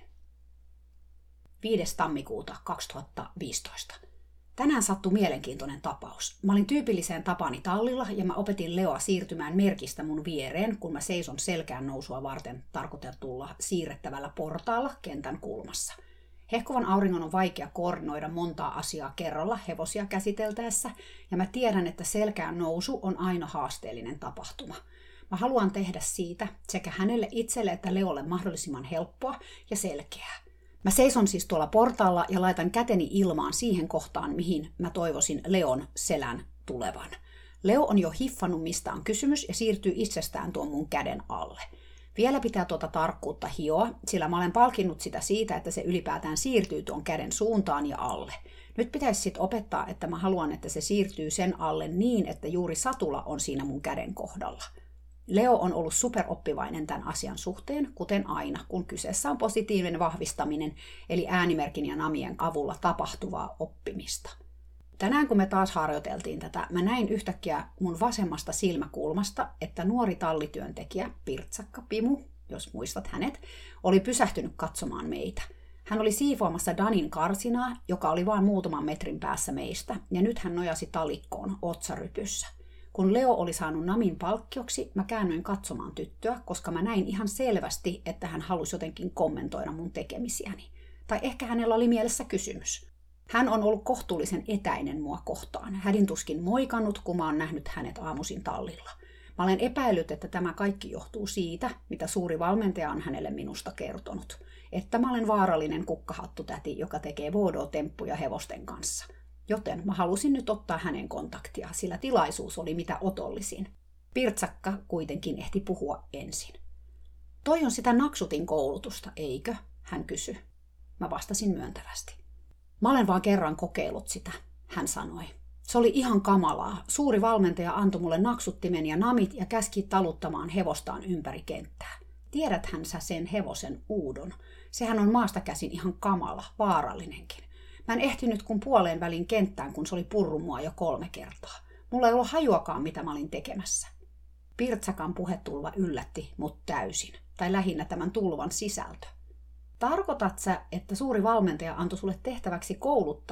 viides tammikuuta kaksituhattaviisitoista. Tänään sattui mielenkiintoinen tapaus. Mä olin tyypilliseen tapani tallilla ja mä opetin Leoa siirtymään merkistä mun viereen, kun mä seison selkään nousua varten tarkoitetulla siirrettävällä portaalla kentän kulmassa. Hehkuvan auringon on vaikea koordinoida montaa asiaa kerralla hevosia käsiteltäessä, ja mä tiedän, että selkään nousu on aina haasteellinen tapahtuma. Mä haluan tehdä siitä sekä hänelle itselle että Leolle mahdollisimman helppoa ja selkeää. Mä seison siis tuolla portaalla ja laitan käteni ilmaan siihen kohtaan, mihin mä toivoisin Leon selän tulevan. Leo on jo hiffannut, mistä on kysymys, ja siirtyy itsestään tuon mun käden alle. Vielä pitää tuota tarkkuutta hioa, sillä mä olen palkinnut sitä siitä, että se ylipäätään siirtyy tuon käden suuntaan ja alle. Nyt pitäisi sitten opettaa, että mä haluan, että se siirtyy sen alle niin, että juuri satula on siinä mun käden kohdalla. Leo on ollut superoppivainen tämän asian suhteen, kuten aina, kun kyseessä on positiivinen vahvistaminen, eli äänimerkin ja namien avulla tapahtuvaa oppimista. Tänään kun me taas harjoiteltiin tätä, mä näin yhtäkkiä mun vasemmasta silmäkulmasta, että nuori tallityöntekijä, Pirtsakka Pimu, jos muistat hänet, oli pysähtynyt katsomaan meitä. Hän oli siivoamassa Danin karsinaa, joka oli vain muutaman metrin päässä meistä, ja nyt hän nojasi talikkoon otsarypyssä. Kun Leo oli saanut namin palkkioksi, mä käännyin katsomaan tyttöä, koska mä näin ihan selvästi, että hän halusi jotenkin kommentoida mun tekemisiäni. Tai ehkä hänellä oli mielessä kysymys. Hän on ollut kohtuullisen etäinen mua kohtaan. Hädin tuskin moikannut, kun mä oon nähnyt hänet aamuisin tallilla. Mä olen epäillyt, että tämä kaikki johtuu siitä, mitä suuri valmentaja on hänelle minusta kertonut. Että mä olen vaarallinen kukkahattutäti, joka tekee voodoo-temppuja hevosten kanssa. Joten mä halusin nyt ottaa hänen kontaktia, sillä tilaisuus oli mitä otollisin. Pirtsakka kuitenkin ehti puhua ensin. Toi on sitä naksutin koulutusta, eikö? Hän kysyi. Mä vastasin myöntävästi. Mä olen vaan kerran kokeillut sitä, hän sanoi. Se oli ihan kamalaa. Suuri valmentaja antoi mulle naksuttimen ja namit ja käski taluttamaan hevostaan ympäri kenttää. Tiedäthän sä sen hevosen Uudon? Sehän on maasta käsin ihan kamala, vaarallinenkin. Mä en ehtinyt kun puoleen välin kenttään, kun se oli purru mua jo kolme kertaa. Mulla ei ollut hajuakaan, mitä mä olin tekemässä. Pirtsakan puhetulva yllätti mut täysin, tai lähinnä tämän tulvan sisältö. Tarkoitat sä, että suuri valmentaja antoi sulle tehtäväksi kouluttaa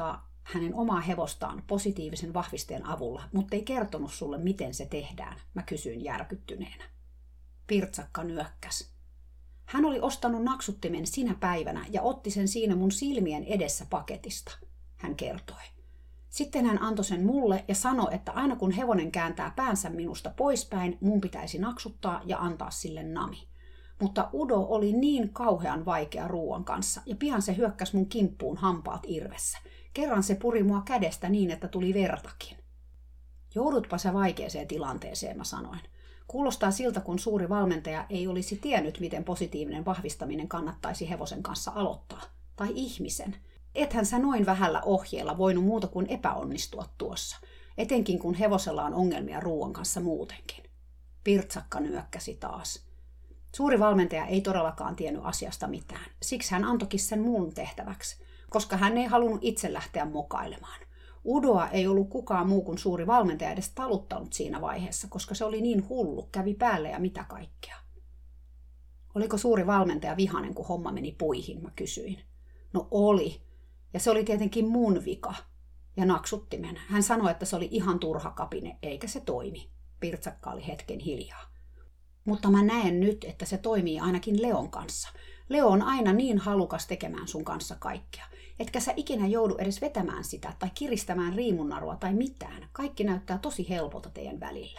hänen omaa hevostaan positiivisen vahvisteen avulla, mutta ei kertonut sulle, miten se tehdään, mä kysyin järkyttyneenä. Pirtsakka nyökkäs. Hän oli ostanut naksuttimen sinä päivänä ja otti sen siinä mun silmien edessä paketista, hän kertoi. Sitten hän antoi sen mulle ja sanoi, että aina kun hevonen kääntää päänsä minusta poispäin, mun pitäisi naksuttaa ja antaa sille nami. Mutta Udo oli niin kauhean vaikea ruoan kanssa ja pian se hyökkäsi mun kimppuun hampaat irvessä. Kerran se puri mua kädestä niin, että tuli vertakin. Joudutpa sä vaikeeseen tilanteeseen, mä sanoin. Kuulostaa siltä, kun suuri valmentaja ei olisi tiennyt, miten positiivinen vahvistaminen kannattaisi hevosen kanssa aloittaa. Tai ihmisen. Ethän sä noin vähällä ohjeella voinut muuta kuin epäonnistua tuossa. Etenkin kun hevosella on ongelmia ruoan kanssa muutenkin. Pirtsakka nyökkäsi taas. Suuri valmentaja ei todellakaan tiennyt asiasta mitään. Siksi hän antoikin sen mun tehtäväksi, koska hän ei halunnut itse lähteä mokailemaan. Udoa ei ollut kukaan muu kuin suuri valmentaja edes taluttanut siinä vaiheessa, koska se oli niin hullu, kävi päälle ja mitä kaikkea. Oliko suuri valmentaja vihainen, kun homma meni puihin, mä kysyin. No oli, ja se oli tietenkin mun vika. Ja naksuttimen. Hän sanoi, että se oli ihan turha kapine, eikä se toimi. Pirtsakka oli hetken hiljaa. Mutta mä näen nyt, että se toimii ainakin Leon kanssa. Leo on aina niin halukas tekemään sun kanssa kaikkea. Etkä sä ikinä joudu edes vetämään sitä tai kiristämään riimunnarua tai mitään. Kaikki näyttää tosi helpolta teidän välillä.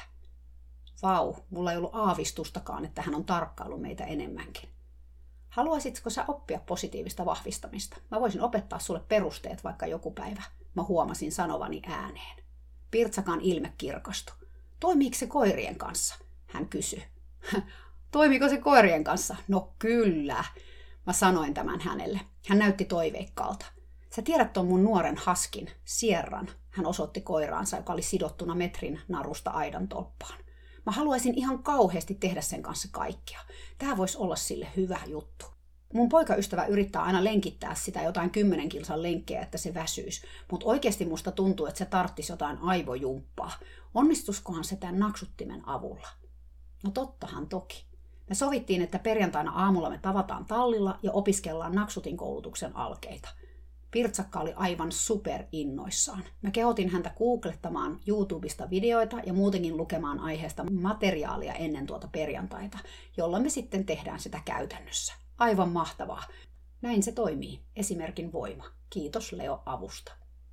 Vau, mulla ei ollut aavistustakaan, että hän on tarkkaillut meitä enemmänkin. Haluaisitko sä oppia positiivista vahvistamista? Mä voisin opettaa sulle perusteet vaikka joku päivä. Mä huomasin sanovani ääneen. Pirtsakan ilme kirkastui. Toimiiko se koirien kanssa? Hän kysyi. Toimiko se koirien kanssa? No kyllä. Mä sanoin tämän hänelle. Hän näytti toiveikkaalta. Sä tiedät ton mun nuoren haskin, Sierran. Hän osoitti koiraansa, joka oli sidottuna metrin narusta aidan tolppaan. Mä haluaisin ihan kauheasti tehdä sen kanssa kaikkea. Tää voisi olla sille hyvä juttu. Mun poikaystävä yrittää aina lenkittää sitä jotain kymmenen kilsan lenkkejä, että se väsyisi. Mutta oikeasti musta tuntuu, että se tarttisi jotain aivojumppaa. Onnistuskohan se tämän naksuttimen avulla? No tottahan toki. Me sovittiin, että perjantaina aamulla me tavataan tallilla ja opiskellaan naksutin koulutuksen alkeita. Pirtsakka oli aivan superinnoissaan. Mä kehotin häntä googlettamaan YouTubesta videoita ja muutenkin lukemaan aiheesta materiaalia ennen tuota perjantaita, jolla me sitten tehdään sitä käytännössä. Aivan mahtavaa. Näin se toimii. Esimerkin voima. Kiitos Leo avusta.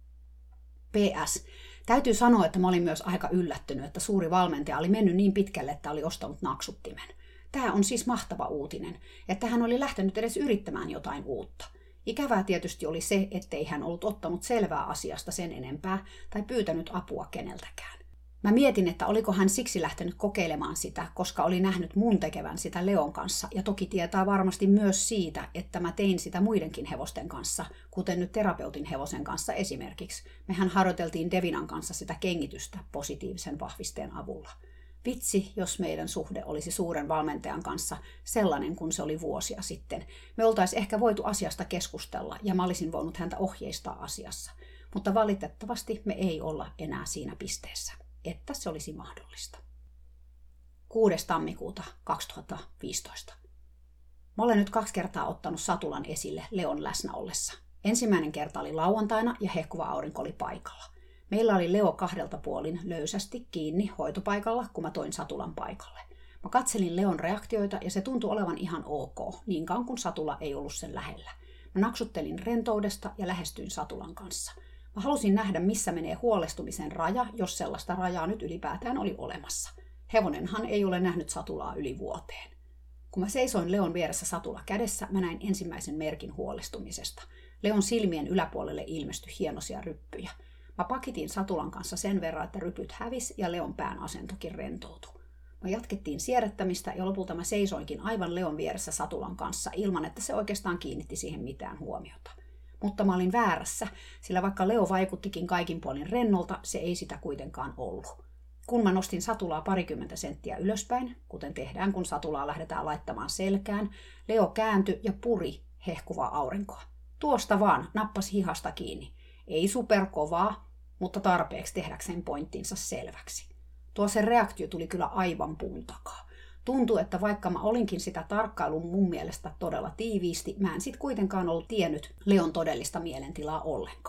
P S. Täytyy sanoa, että mä olin myös aika yllättynyt, että suuri valmentaja oli mennyt niin pitkälle, että oli ostanut naksuttimen. Tämä on siis mahtava uutinen, että hän oli lähtenyt edes yrittämään jotain uutta. Ikävää tietysti oli se, ettei hän ollut ottanut selvää asiasta sen enempää tai pyytänyt apua keneltäkään. Mä mietin, että oliko hän siksi lähtenyt kokeilemaan sitä, koska oli nähnyt mun tekevän sitä Leon kanssa ja toki tietää varmasti myös siitä, että mä tein sitä muidenkin hevosten kanssa, kuten nyt terapeutin hevosen kanssa esimerkiksi. Mehän harjoiteltiin Devinan kanssa sitä kengitystä positiivisen vahvisteen avulla. Vitsi, jos meidän suhde olisi suuren valmentajan kanssa sellainen kuin se oli vuosia sitten. Me oltaisiin ehkä voitu asiasta keskustella ja mä olisin voinut häntä ohjeistaa asiassa. Mutta valitettavasti me ei olla enää siinä pisteessä, että se olisi mahdollista. kuudes tammikuuta kaksituhattaviisitoista. Mä olen nyt kaksi kertaa ottanut satulan esille Leon läsnä ollessa. Ensimmäinen kerta oli lauantaina ja hehkuva aurinko oli paikalla. Meillä oli Leo kahdelta puolin löysästi kiinni hoitopaikalla, kun mä toin satulan paikalle. Mä katselin Leon reaktioita ja se tuntui olevan ihan ok, niin kauan kun satula ei ollut sen lähellä. Mä naksuttelin rentoudesta ja lähestyin satulan kanssa. Mä halusin nähdä, missä menee huolestumisen raja, jos sellaista rajaa nyt ylipäätään oli olemassa. Hevonenhan ei ole nähnyt satulaa yli vuoteen. Kun mä seisoin Leon vieressä satula kädessä, mä näin ensimmäisen merkin huolestumisesta. Leon silmien yläpuolelle ilmestyi hienoisia ryppyjä. Mä pakitin satulan kanssa sen verran, että rypyt hävis ja Leon pään asentokin rentoutui. Me jatkettiin siedättämistä ja lopulta mä seisoinkin aivan Leon vieressä satulan kanssa ilman, että se oikeastaan kiinnitti siihen mitään huomiota. Mutta mä olin väärässä, sillä vaikka Leo vaikuttikin kaikin puolin rennolta, se ei sitä kuitenkaan ollut. Kun mä nostin satulaa parikymmentä senttiä ylöspäin, kuten tehdään kun satulaa lähdetään laittamaan selkään, Leo kääntyi ja puri hehkuvaa aurinkoa. Tuosta vaan nappasi hihasta kiinni. Ei superkovaa, mutta tarpeeksi tehdäkseen pointtinsa selväksi. Tuo sen reaktio tuli kyllä aivan puun takaa. Tuntui, että vaikka mä olinkin sitä tarkkailun mun mielestä todella tiiviisti, mä en sit kuitenkaan ollut tiennyt Leon todellista mielentilaa ollenkaan.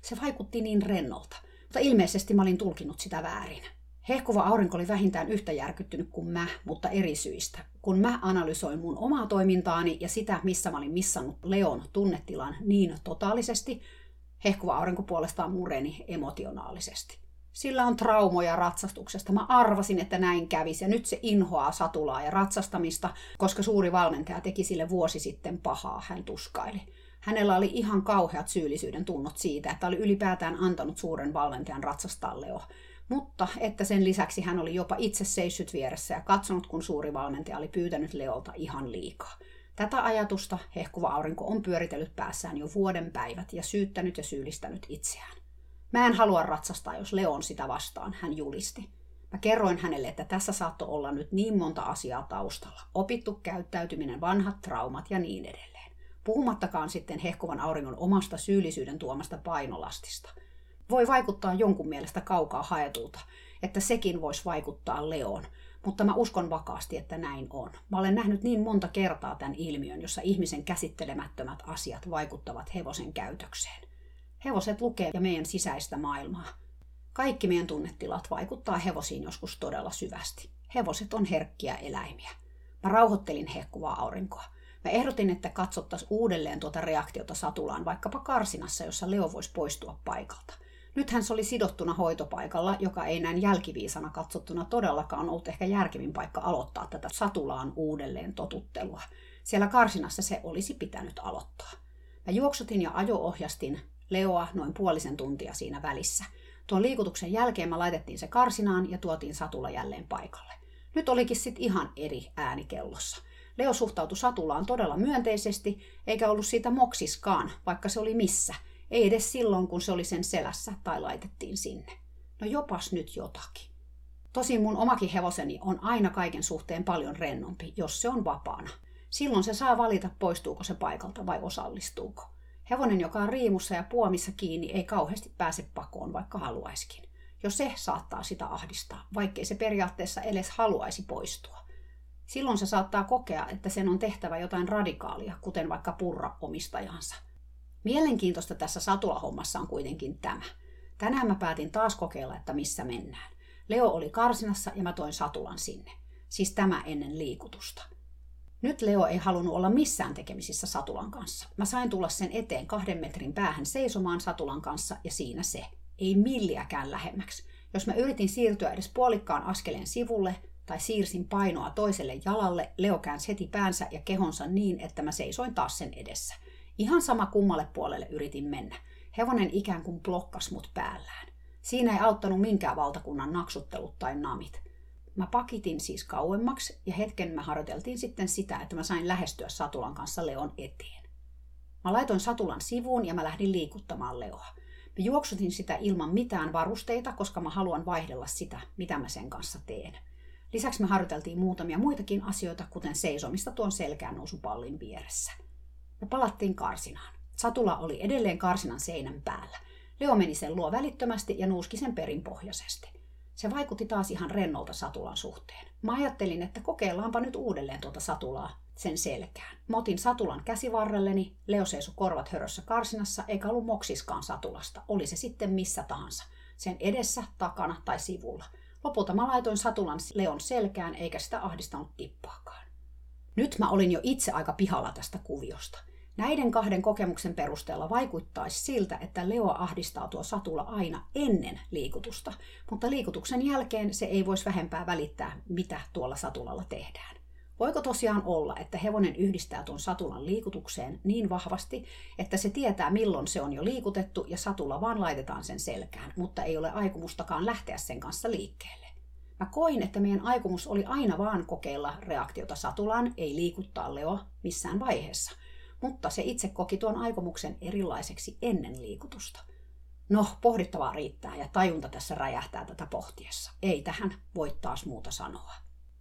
Se vaikutti niin rennolta, mutta ilmeisesti mä olin tulkinnut sitä väärin. Hehkuva aurinko oli vähintään yhtä järkyttynyt kuin mä, mutta eri syistä. Kun mä analysoin mun omaa toimintaani ja sitä, missä mä olin missannut Leon tunnetilan niin totaalisesti, hehkuva aurinko puolestaan mureni emotionaalisesti. Sillä on traumoja ratsastuksesta. Mä arvasin, että näin kävisi, ja nyt se inhoaa satulaa ja ratsastamista, koska suuri valmentaja teki sille vuosi sitten pahaa, hän tuskaili. Hänellä oli ihan kauheat syyllisyyden tunnot siitä, että oli ylipäätään antanut suuren valmentajan ratsastaa Leo. Mutta että sen lisäksi hän oli jopa itse seissyt vieressä ja katsonut, kun suuri valmentaja oli pyytänyt Leolta ihan liikaa. Tätä ajatusta hehkuva aurinko on pyöritellyt päässään jo vuoden päivät ja syyttänyt ja syyllistänyt itseään. Mä en halua ratsastaa, jos Leo on sitä vastaan, hän julisti. Mä kerroin hänelle, että tässä saattoi olla nyt niin monta asiaa taustalla. Opittu käyttäytyminen, vanhat traumat ja niin edelleen. Puhumattakaan sitten hehkuvan auringon omasta syyllisyyden tuomasta painolastista. Voi vaikuttaa jonkun mielestä kaukaa haetulta, että sekin voisi vaikuttaa Leoon, mutta mä uskon vakaasti, että näin on. Mä olen nähnyt niin monta kertaa tämän ilmiön, jossa ihmisen käsittelemättömät asiat vaikuttavat hevosen käytökseen. Hevoset lukee ja meidän sisäistä maailmaa. Kaikki meidän tunnetilat vaikuttaa hevosiin joskus todella syvästi. Hevoset on herkkiä eläimiä. Mä rauhoittelin hehkuvaa aurinkoa. Mä ehdotin, että katsottaisiin uudelleen tuota reaktiota satulaan vaikkapa karsinassa, jossa Leo voisi poistua paikalta. Nythän se oli sidottuna hoitopaikalla, joka ei näin jälkiviisana katsottuna todellakaan ollut ehkä järkevin paikka aloittaa tätä satulaan uudelleen totuttelua. Siellä karsinassa se olisi pitänyt aloittaa. Mä juoksutin ja ajo-ohjastin Leoa noin puolisen tuntia siinä välissä. Tuon liikutuksen jälkeen mä laitettiin se karsinaan ja tuotiin satula jälleen paikalle. Nyt olikin sitten ihan eri ääni kellossa. Leo suhtautui satulaan todella myönteisesti, eikä ollut siitä moksiskaan, vaikka se oli missä. Ei edes silloin, kun se oli sen selässä tai laitettiin sinne. No jopas nyt jotakin. Tosin mun omakin hevoseni on aina kaiken suhteen paljon rennompi, jos se on vapaana. Silloin se saa valita, poistuuko se paikalta vai osallistuuko. Hevonen, joka on riimussa ja puomissa kiinni, ei kauheasti pääse pakoon, vaikka haluaisikin. Jo se saattaa sitä ahdistaa, vaikkei se periaatteessa edes haluaisi poistua. Silloin se saattaa kokea, että sen on tehtävä jotain radikaalia, kuten vaikka purra omistajansa. Mielenkiintoista tässä satulahommassa on kuitenkin tämä. Tänään mä päätin taas kokeilla, että missä mennään. Leo oli karsinassa ja mä toin satulan sinne. Siis tämä ennen liikutusta. Nyt Leo ei halunnut olla missään tekemisissä satulan kanssa. Mä sain tulla sen eteen kahden metrin päähän seisomaan satulan kanssa ja siinä se. Ei milliäkään lähemmäksi. Jos mä yritin siirtyä edes puolikkaan askeleen sivulle tai siirsin painoa toiselle jalalle, Leo käänsi heti päänsä ja kehonsa niin, että mä seisoin taas sen edessä. Ihan sama kummalle puolelle yritin mennä. Hevonen ikään kuin blokkas mut päällään. Siinä ei auttanut minkään valtakunnan naksuttelut tai namit. Mä pakitin siis kauemmaksi ja hetken mä harjoiteltiin sitten sitä, että mä sain lähestyä satulan kanssa Leon eteen. Mä laitoin satulan sivuun ja mä lähdin liikuttamaan Leoa. Mä juoksutin sitä ilman mitään varusteita, koska mä haluan vaihdella sitä, mitä mä sen kanssa teen. Lisäksi me harjoiteltiin muutamia muitakin asioita, kuten seisomista tuon selkään nousupallin vieressä. Me palattiin karsinaan. Satula oli edelleen karsinan seinän päällä. Leo meni sen luo välittömästi ja nuuski sen perinpohjaisesti. Se vaikutti taas ihan rennolta satulan suhteen. Mä ajattelin, että kokeillaanpa nyt uudelleen tuota satulaa sen selkään. Mä otin satulan käsivarrelleni, Leo seisoi korvat hörössä karsinassa, eikä ollut moksiskaan satulasta. Oli se sitten missä tahansa. Sen edessä, takana tai sivulla. Lopulta mä laitoin satulan Leon selkään, eikä sitä ahdistanut tippaakaan. Nyt mä olin jo itse aika pihalla tästä kuviosta. Näiden kahden kokemuksen perusteella vaikuttaisi siltä, että Leo ahdistaa tuo satula aina ennen liikutusta, mutta liikutuksen jälkeen se ei voisi vähempää välittää, mitä tuolla satulalla tehdään. Voiko tosiaan olla, että hevonen yhdistää tuon satulan liikutukseen niin vahvasti, että se tietää milloin se on jo liikutettu ja satula vaan laitetaan sen selkään, mutta ei ole aikomustakaan lähteä sen kanssa liikkeelle? Mä koin, että meidän aikomus oli aina vaan kokeilla reaktiota satulaan, ei liikuttaa Leoa missään vaiheessa. Mutta se itse koki tuon aikomuksen erilaiseksi ennen liikutusta. No, pohdittavaa riittää ja tajunta tässä räjähtää tätä pohtiessa. Ei tähän voi taas muuta sanoa.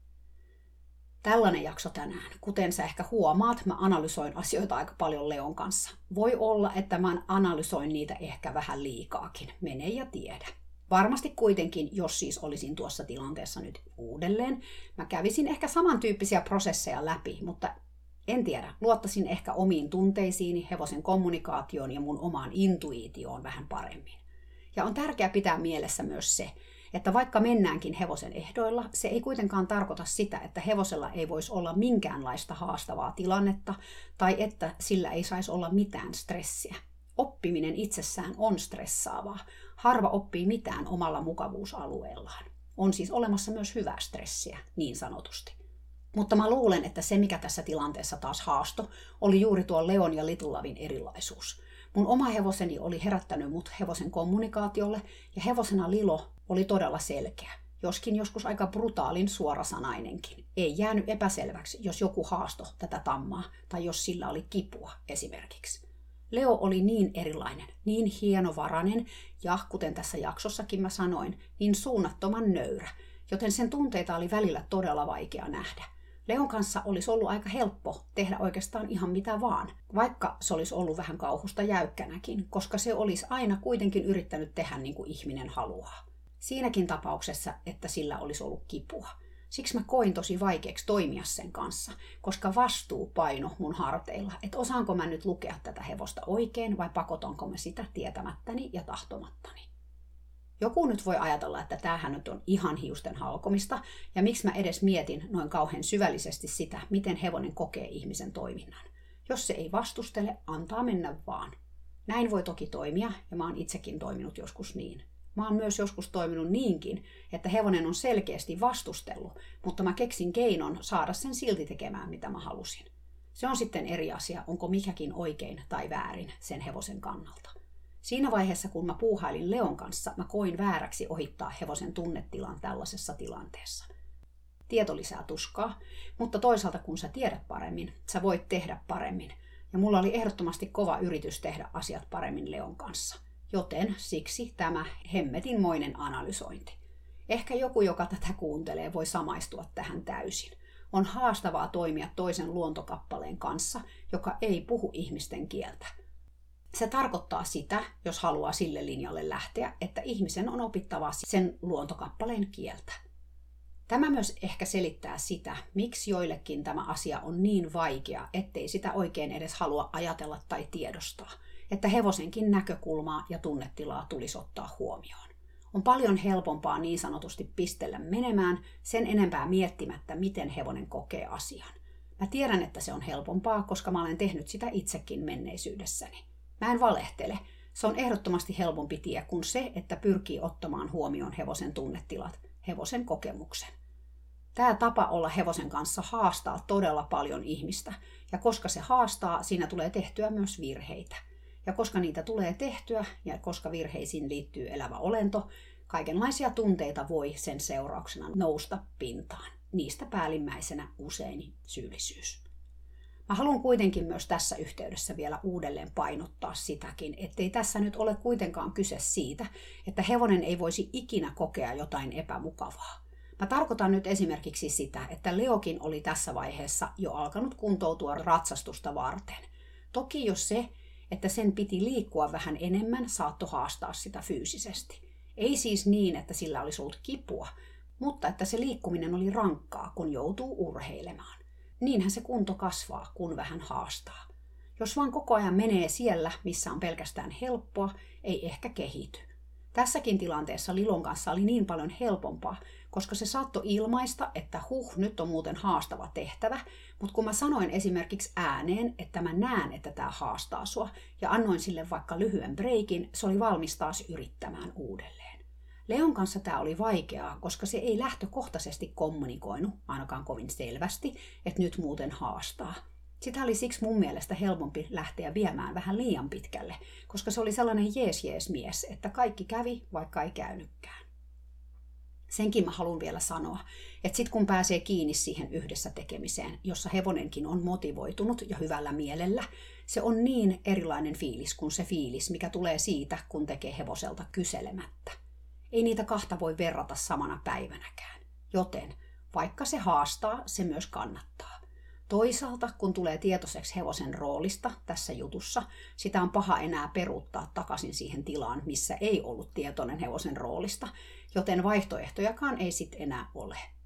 Tällainen jakso tänään. Kuten sä ehkä huomaat, mä analysoin asioita aika paljon Leon kanssa. Voi olla, että mä analysoin niitä ehkä vähän liikaakin. Mene ja tiedä. Varmasti kuitenkin, jos siis olisin tuossa tilanteessa nyt uudelleen, mä kävisin ehkä samantyyppisiä prosesseja läpi, mutta En tiedä, luottaisin ehkä omiin tunteisiini, hevosen kommunikaatioon ja mun omaan intuitioon vähän paremmin. Ja on tärkeää pitää mielessä myös se, että vaikka mennäänkin hevosen ehdoilla, se ei kuitenkaan tarkoita sitä, että hevosella ei voisi olla minkäänlaista haastavaa tilannetta tai että sillä ei saisi olla mitään stressiä. Oppiminen itsessään on stressaavaa. Harva oppii mitään omalla mukavuusalueellaan. On siis olemassa myös hyvää stressiä, niin sanotusti. Mutta mä luulen, että se mikä tässä tilanteessa taas haasto, oli juuri tuo Leon ja Little Lovin erilaisuus. Mun oma hevoseni oli herättänyt mut hevosen kommunikaatiolle ja hevosena Lilo oli todella selkeä. Joskin joskus aika brutaalin suorasanainenkin. Ei jäänyt epäselväksi, jos joku haasto tätä tammaa tai jos sillä oli kipua esimerkiksi. Leo oli niin erilainen, niin hienovarainen ja, kuten tässä jaksossakin mä sanoin, niin suunnattoman nöyrä, joten sen tunteita oli välillä todella vaikea nähdä. Leon kanssa olisi ollut aika helppo tehdä oikeastaan ihan mitä vaan, vaikka se olisi ollut vähän kauhusta jäykkänäkin, koska se olisi aina kuitenkin yrittänyt tehdä niin kuin ihminen haluaa. Siinäkin tapauksessa, että sillä olisi ollut kipua. Siksi mä koin tosi vaikeaksi toimia sen kanssa, koska vastuu paino mun harteilla, että osaanko mä nyt lukea tätä hevosta oikein vai pakotanko mä sitä tietämättäni ja tahtomattani. Joku nyt voi ajatella, että tämähän nyt on ihan hiusten halkomista, ja miksi mä edes mietin noin kauhean syvällisesti sitä, miten hevonen kokee ihmisen toiminnan. Jos se ei vastustele, antaa mennä vaan. Näin voi toki toimia, ja mä oon itsekin toiminut joskus niin. Mä oon myös joskus toiminut niinkin, että hevonen on selkeästi vastustellut, mutta mä keksin keinon saada sen silti tekemään, mitä mä halusin. Se on sitten eri asia, onko mikäkin oikein tai väärin sen hevosen kannalta. Siinä vaiheessa, kun mä puuhailin Leon kanssa, mä koin vääräksi ohittaa hevosen tunnetilan tällaisessa tilanteessa. Tieto lisää tuskaa, mutta toisaalta kun sä tiedät paremmin, sä voit tehdä paremmin. Ja mulla oli ehdottomasti kova yritys tehdä asiat paremmin Leon kanssa. Joten siksi tämä hemmetinmoinen analysointi. Ehkä joku, joka tätä kuuntelee, voi samaistua tähän täysin. On haastavaa toimia toisen luontokappaleen kanssa, joka ei puhu ihmisten kieltä. Se tarkoittaa sitä, jos haluaa sille linjalle lähteä, että ihmisen on opittava sen luontokappaleen kieltä. Tämä myös ehkä selittää sitä, miksi joillekin tämä asia on niin vaikea, ettei sitä oikein edes halua ajatella tai tiedostaa, että hevosenkin näkökulmaa ja tunnetilaa tulisi ottaa huomioon. On paljon helpompaa niin sanotusti pistellä menemään sen enempää miettimättä, miten hevonen kokee asian. Mä tiedän, että se on helpompaa, koska mä olen tehnyt sitä itsekin menneisyydessäni. Mä en valehtele. Se on ehdottomasti helpompi tie kuin se, että pyrkii ottamaan huomioon hevosen tunnetilat, hevosen kokemuksen. Tämä tapa olla hevosen kanssa haastaa todella paljon ihmistä, ja koska se haastaa, siinä tulee tehtyä myös virheitä. Ja koska niitä tulee tehtyä, ja koska virheisiin liittyy elävä olento, kaikenlaisia tunteita voi sen seurauksena nousta pintaan. Niistä päällimmäisenä usein syyllisyys. Mä haluan kuitenkin myös tässä yhteydessä vielä uudelleen painottaa sitäkin, ettei tässä nyt ole kuitenkaan kyse siitä, että hevonen ei voisi ikinä kokea jotain epämukavaa. Mä tarkoitan nyt esimerkiksi sitä, että Leokin oli tässä vaiheessa jo alkanut kuntoutua ratsastusta varten. Toki jos se, että sen piti liikkua vähän enemmän, saattoi haastaa sitä fyysisesti. Ei siis niin, että sillä olisi ollut kipua, mutta että se liikkuminen oli rankkaa, kun joutuu urheilemaan. Niinhän se kunto kasvaa, kun vähän haastaa. Jos vaan koko ajan menee siellä, missä on pelkästään helppoa, ei ehkä kehity. Tässäkin tilanteessa Lilon kanssa oli niin paljon helpompaa, koska se saattoi ilmaista, että huh, nyt on muuten haastava tehtävä, mutta kun mä sanoin esimerkiksi ääneen, että mä näen, että tämä haastaa sua, ja annoin sille vaikka lyhyen breikin, se oli valmis taas yrittämään uudelleen. Leon kanssa tämä oli vaikeaa, koska se ei lähtökohtaisesti kommunikoinut, ainakaan kovin selvästi, että nyt muuten haastaa. Sitä oli siksi mun mielestä helpompi lähteä viemään vähän liian pitkälle, koska se oli sellainen jees jees mies, että kaikki kävi, vaikka ei käynytkään. Senkin mä haluan vielä sanoa, että sit kun pääsee kiinni siihen yhdessä tekemiseen, jossa hevonenkin on motivoitunut ja hyvällä mielellä, se on niin erilainen fiilis kuin se fiilis, mikä tulee siitä, kun tekee hevoselta kyselemättä. Ei niitä kahta voi verrata samana päivänäkään, joten vaikka se haastaa, se myös kannattaa. Toisaalta, kun tulee tietoiseksi hevosen roolista tässä jutussa, sitä on paha enää peruuttaa takaisin siihen tilaan, missä ei ollut tietoinen hevosen roolista, joten vaihtoehtojakaan ei sit enää ole.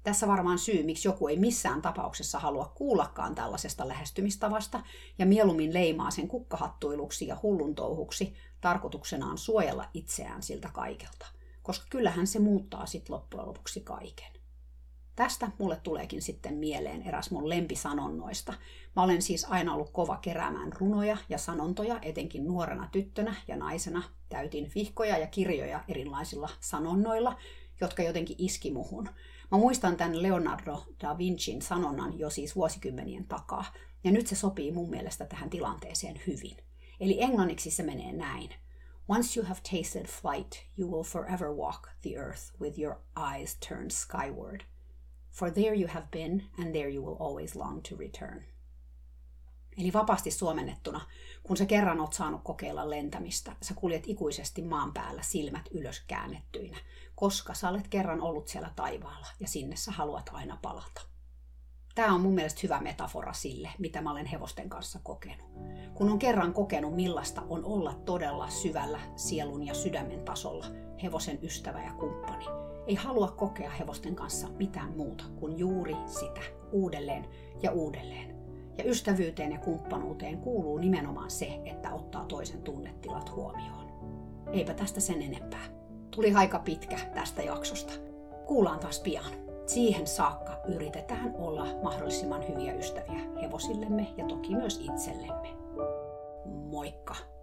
Tässä varmaan syy, miksi joku ei missään tapauksessa halua kuullakaan tällaisesta lähestymistavasta ja mieluummin leimaa sen kukkahattuiluksi ja hullun touhuksi tarkoituksenaan suojella itseään siltä kaikelta, koska kyllähän se muuttaa sit loppujen lopuksi kaiken. Tästä mulle tuleekin sitten mieleen eräs mun lempisanonnoista. Mä olen siis aina ollut kova keräämään runoja ja sanontoja, etenkin nuorena tyttönä ja naisena. Täytin vihkoja ja kirjoja erilaisilla sanonnoilla, jotka jotenkin iski muhun. Mä muistan tämän Leonardo da Vincin sanonnan jo siis vuosikymmenien takaa, ja nyt se sopii mun mielestä tähän tilanteeseen hyvin. Eli englanniksi se menee näin. Once you have tasted flight, you will forever walk the earth with your eyes turned skyward. For there you have been, and there you will always long to return. Eli vapaasti suomennettuna, kun sä kerran oot saanut kokeilla lentämistä, sä kuljet ikuisesti maan päällä silmät ylös käännettyinä, koska sä olet kerran ollut siellä taivaalla ja sinne sä haluat aina palata. Tämä on mun mielestä hyvä metafora sille, mitä mä olen hevosten kanssa kokenut. Kun on kerran kokenut, millaista on olla todella syvällä sielun ja sydämen tasolla hevosen ystävä ja kumppani, ei halua kokea hevosten kanssa mitään muuta kuin juuri sitä uudelleen ja uudelleen. Ja ystävyyteen ja kumppanuuteen kuuluu nimenomaan se, että ottaa toisen tunnetilat huomioon. Eipä tästä sen enempää. Tuli aika pitkä tästä jaksosta. Kuullaan taas pian. Siihen saakka yritetään olla mahdollisimman hyviä ystäviä hevosillemme ja toki myös itsellemme. Moikka!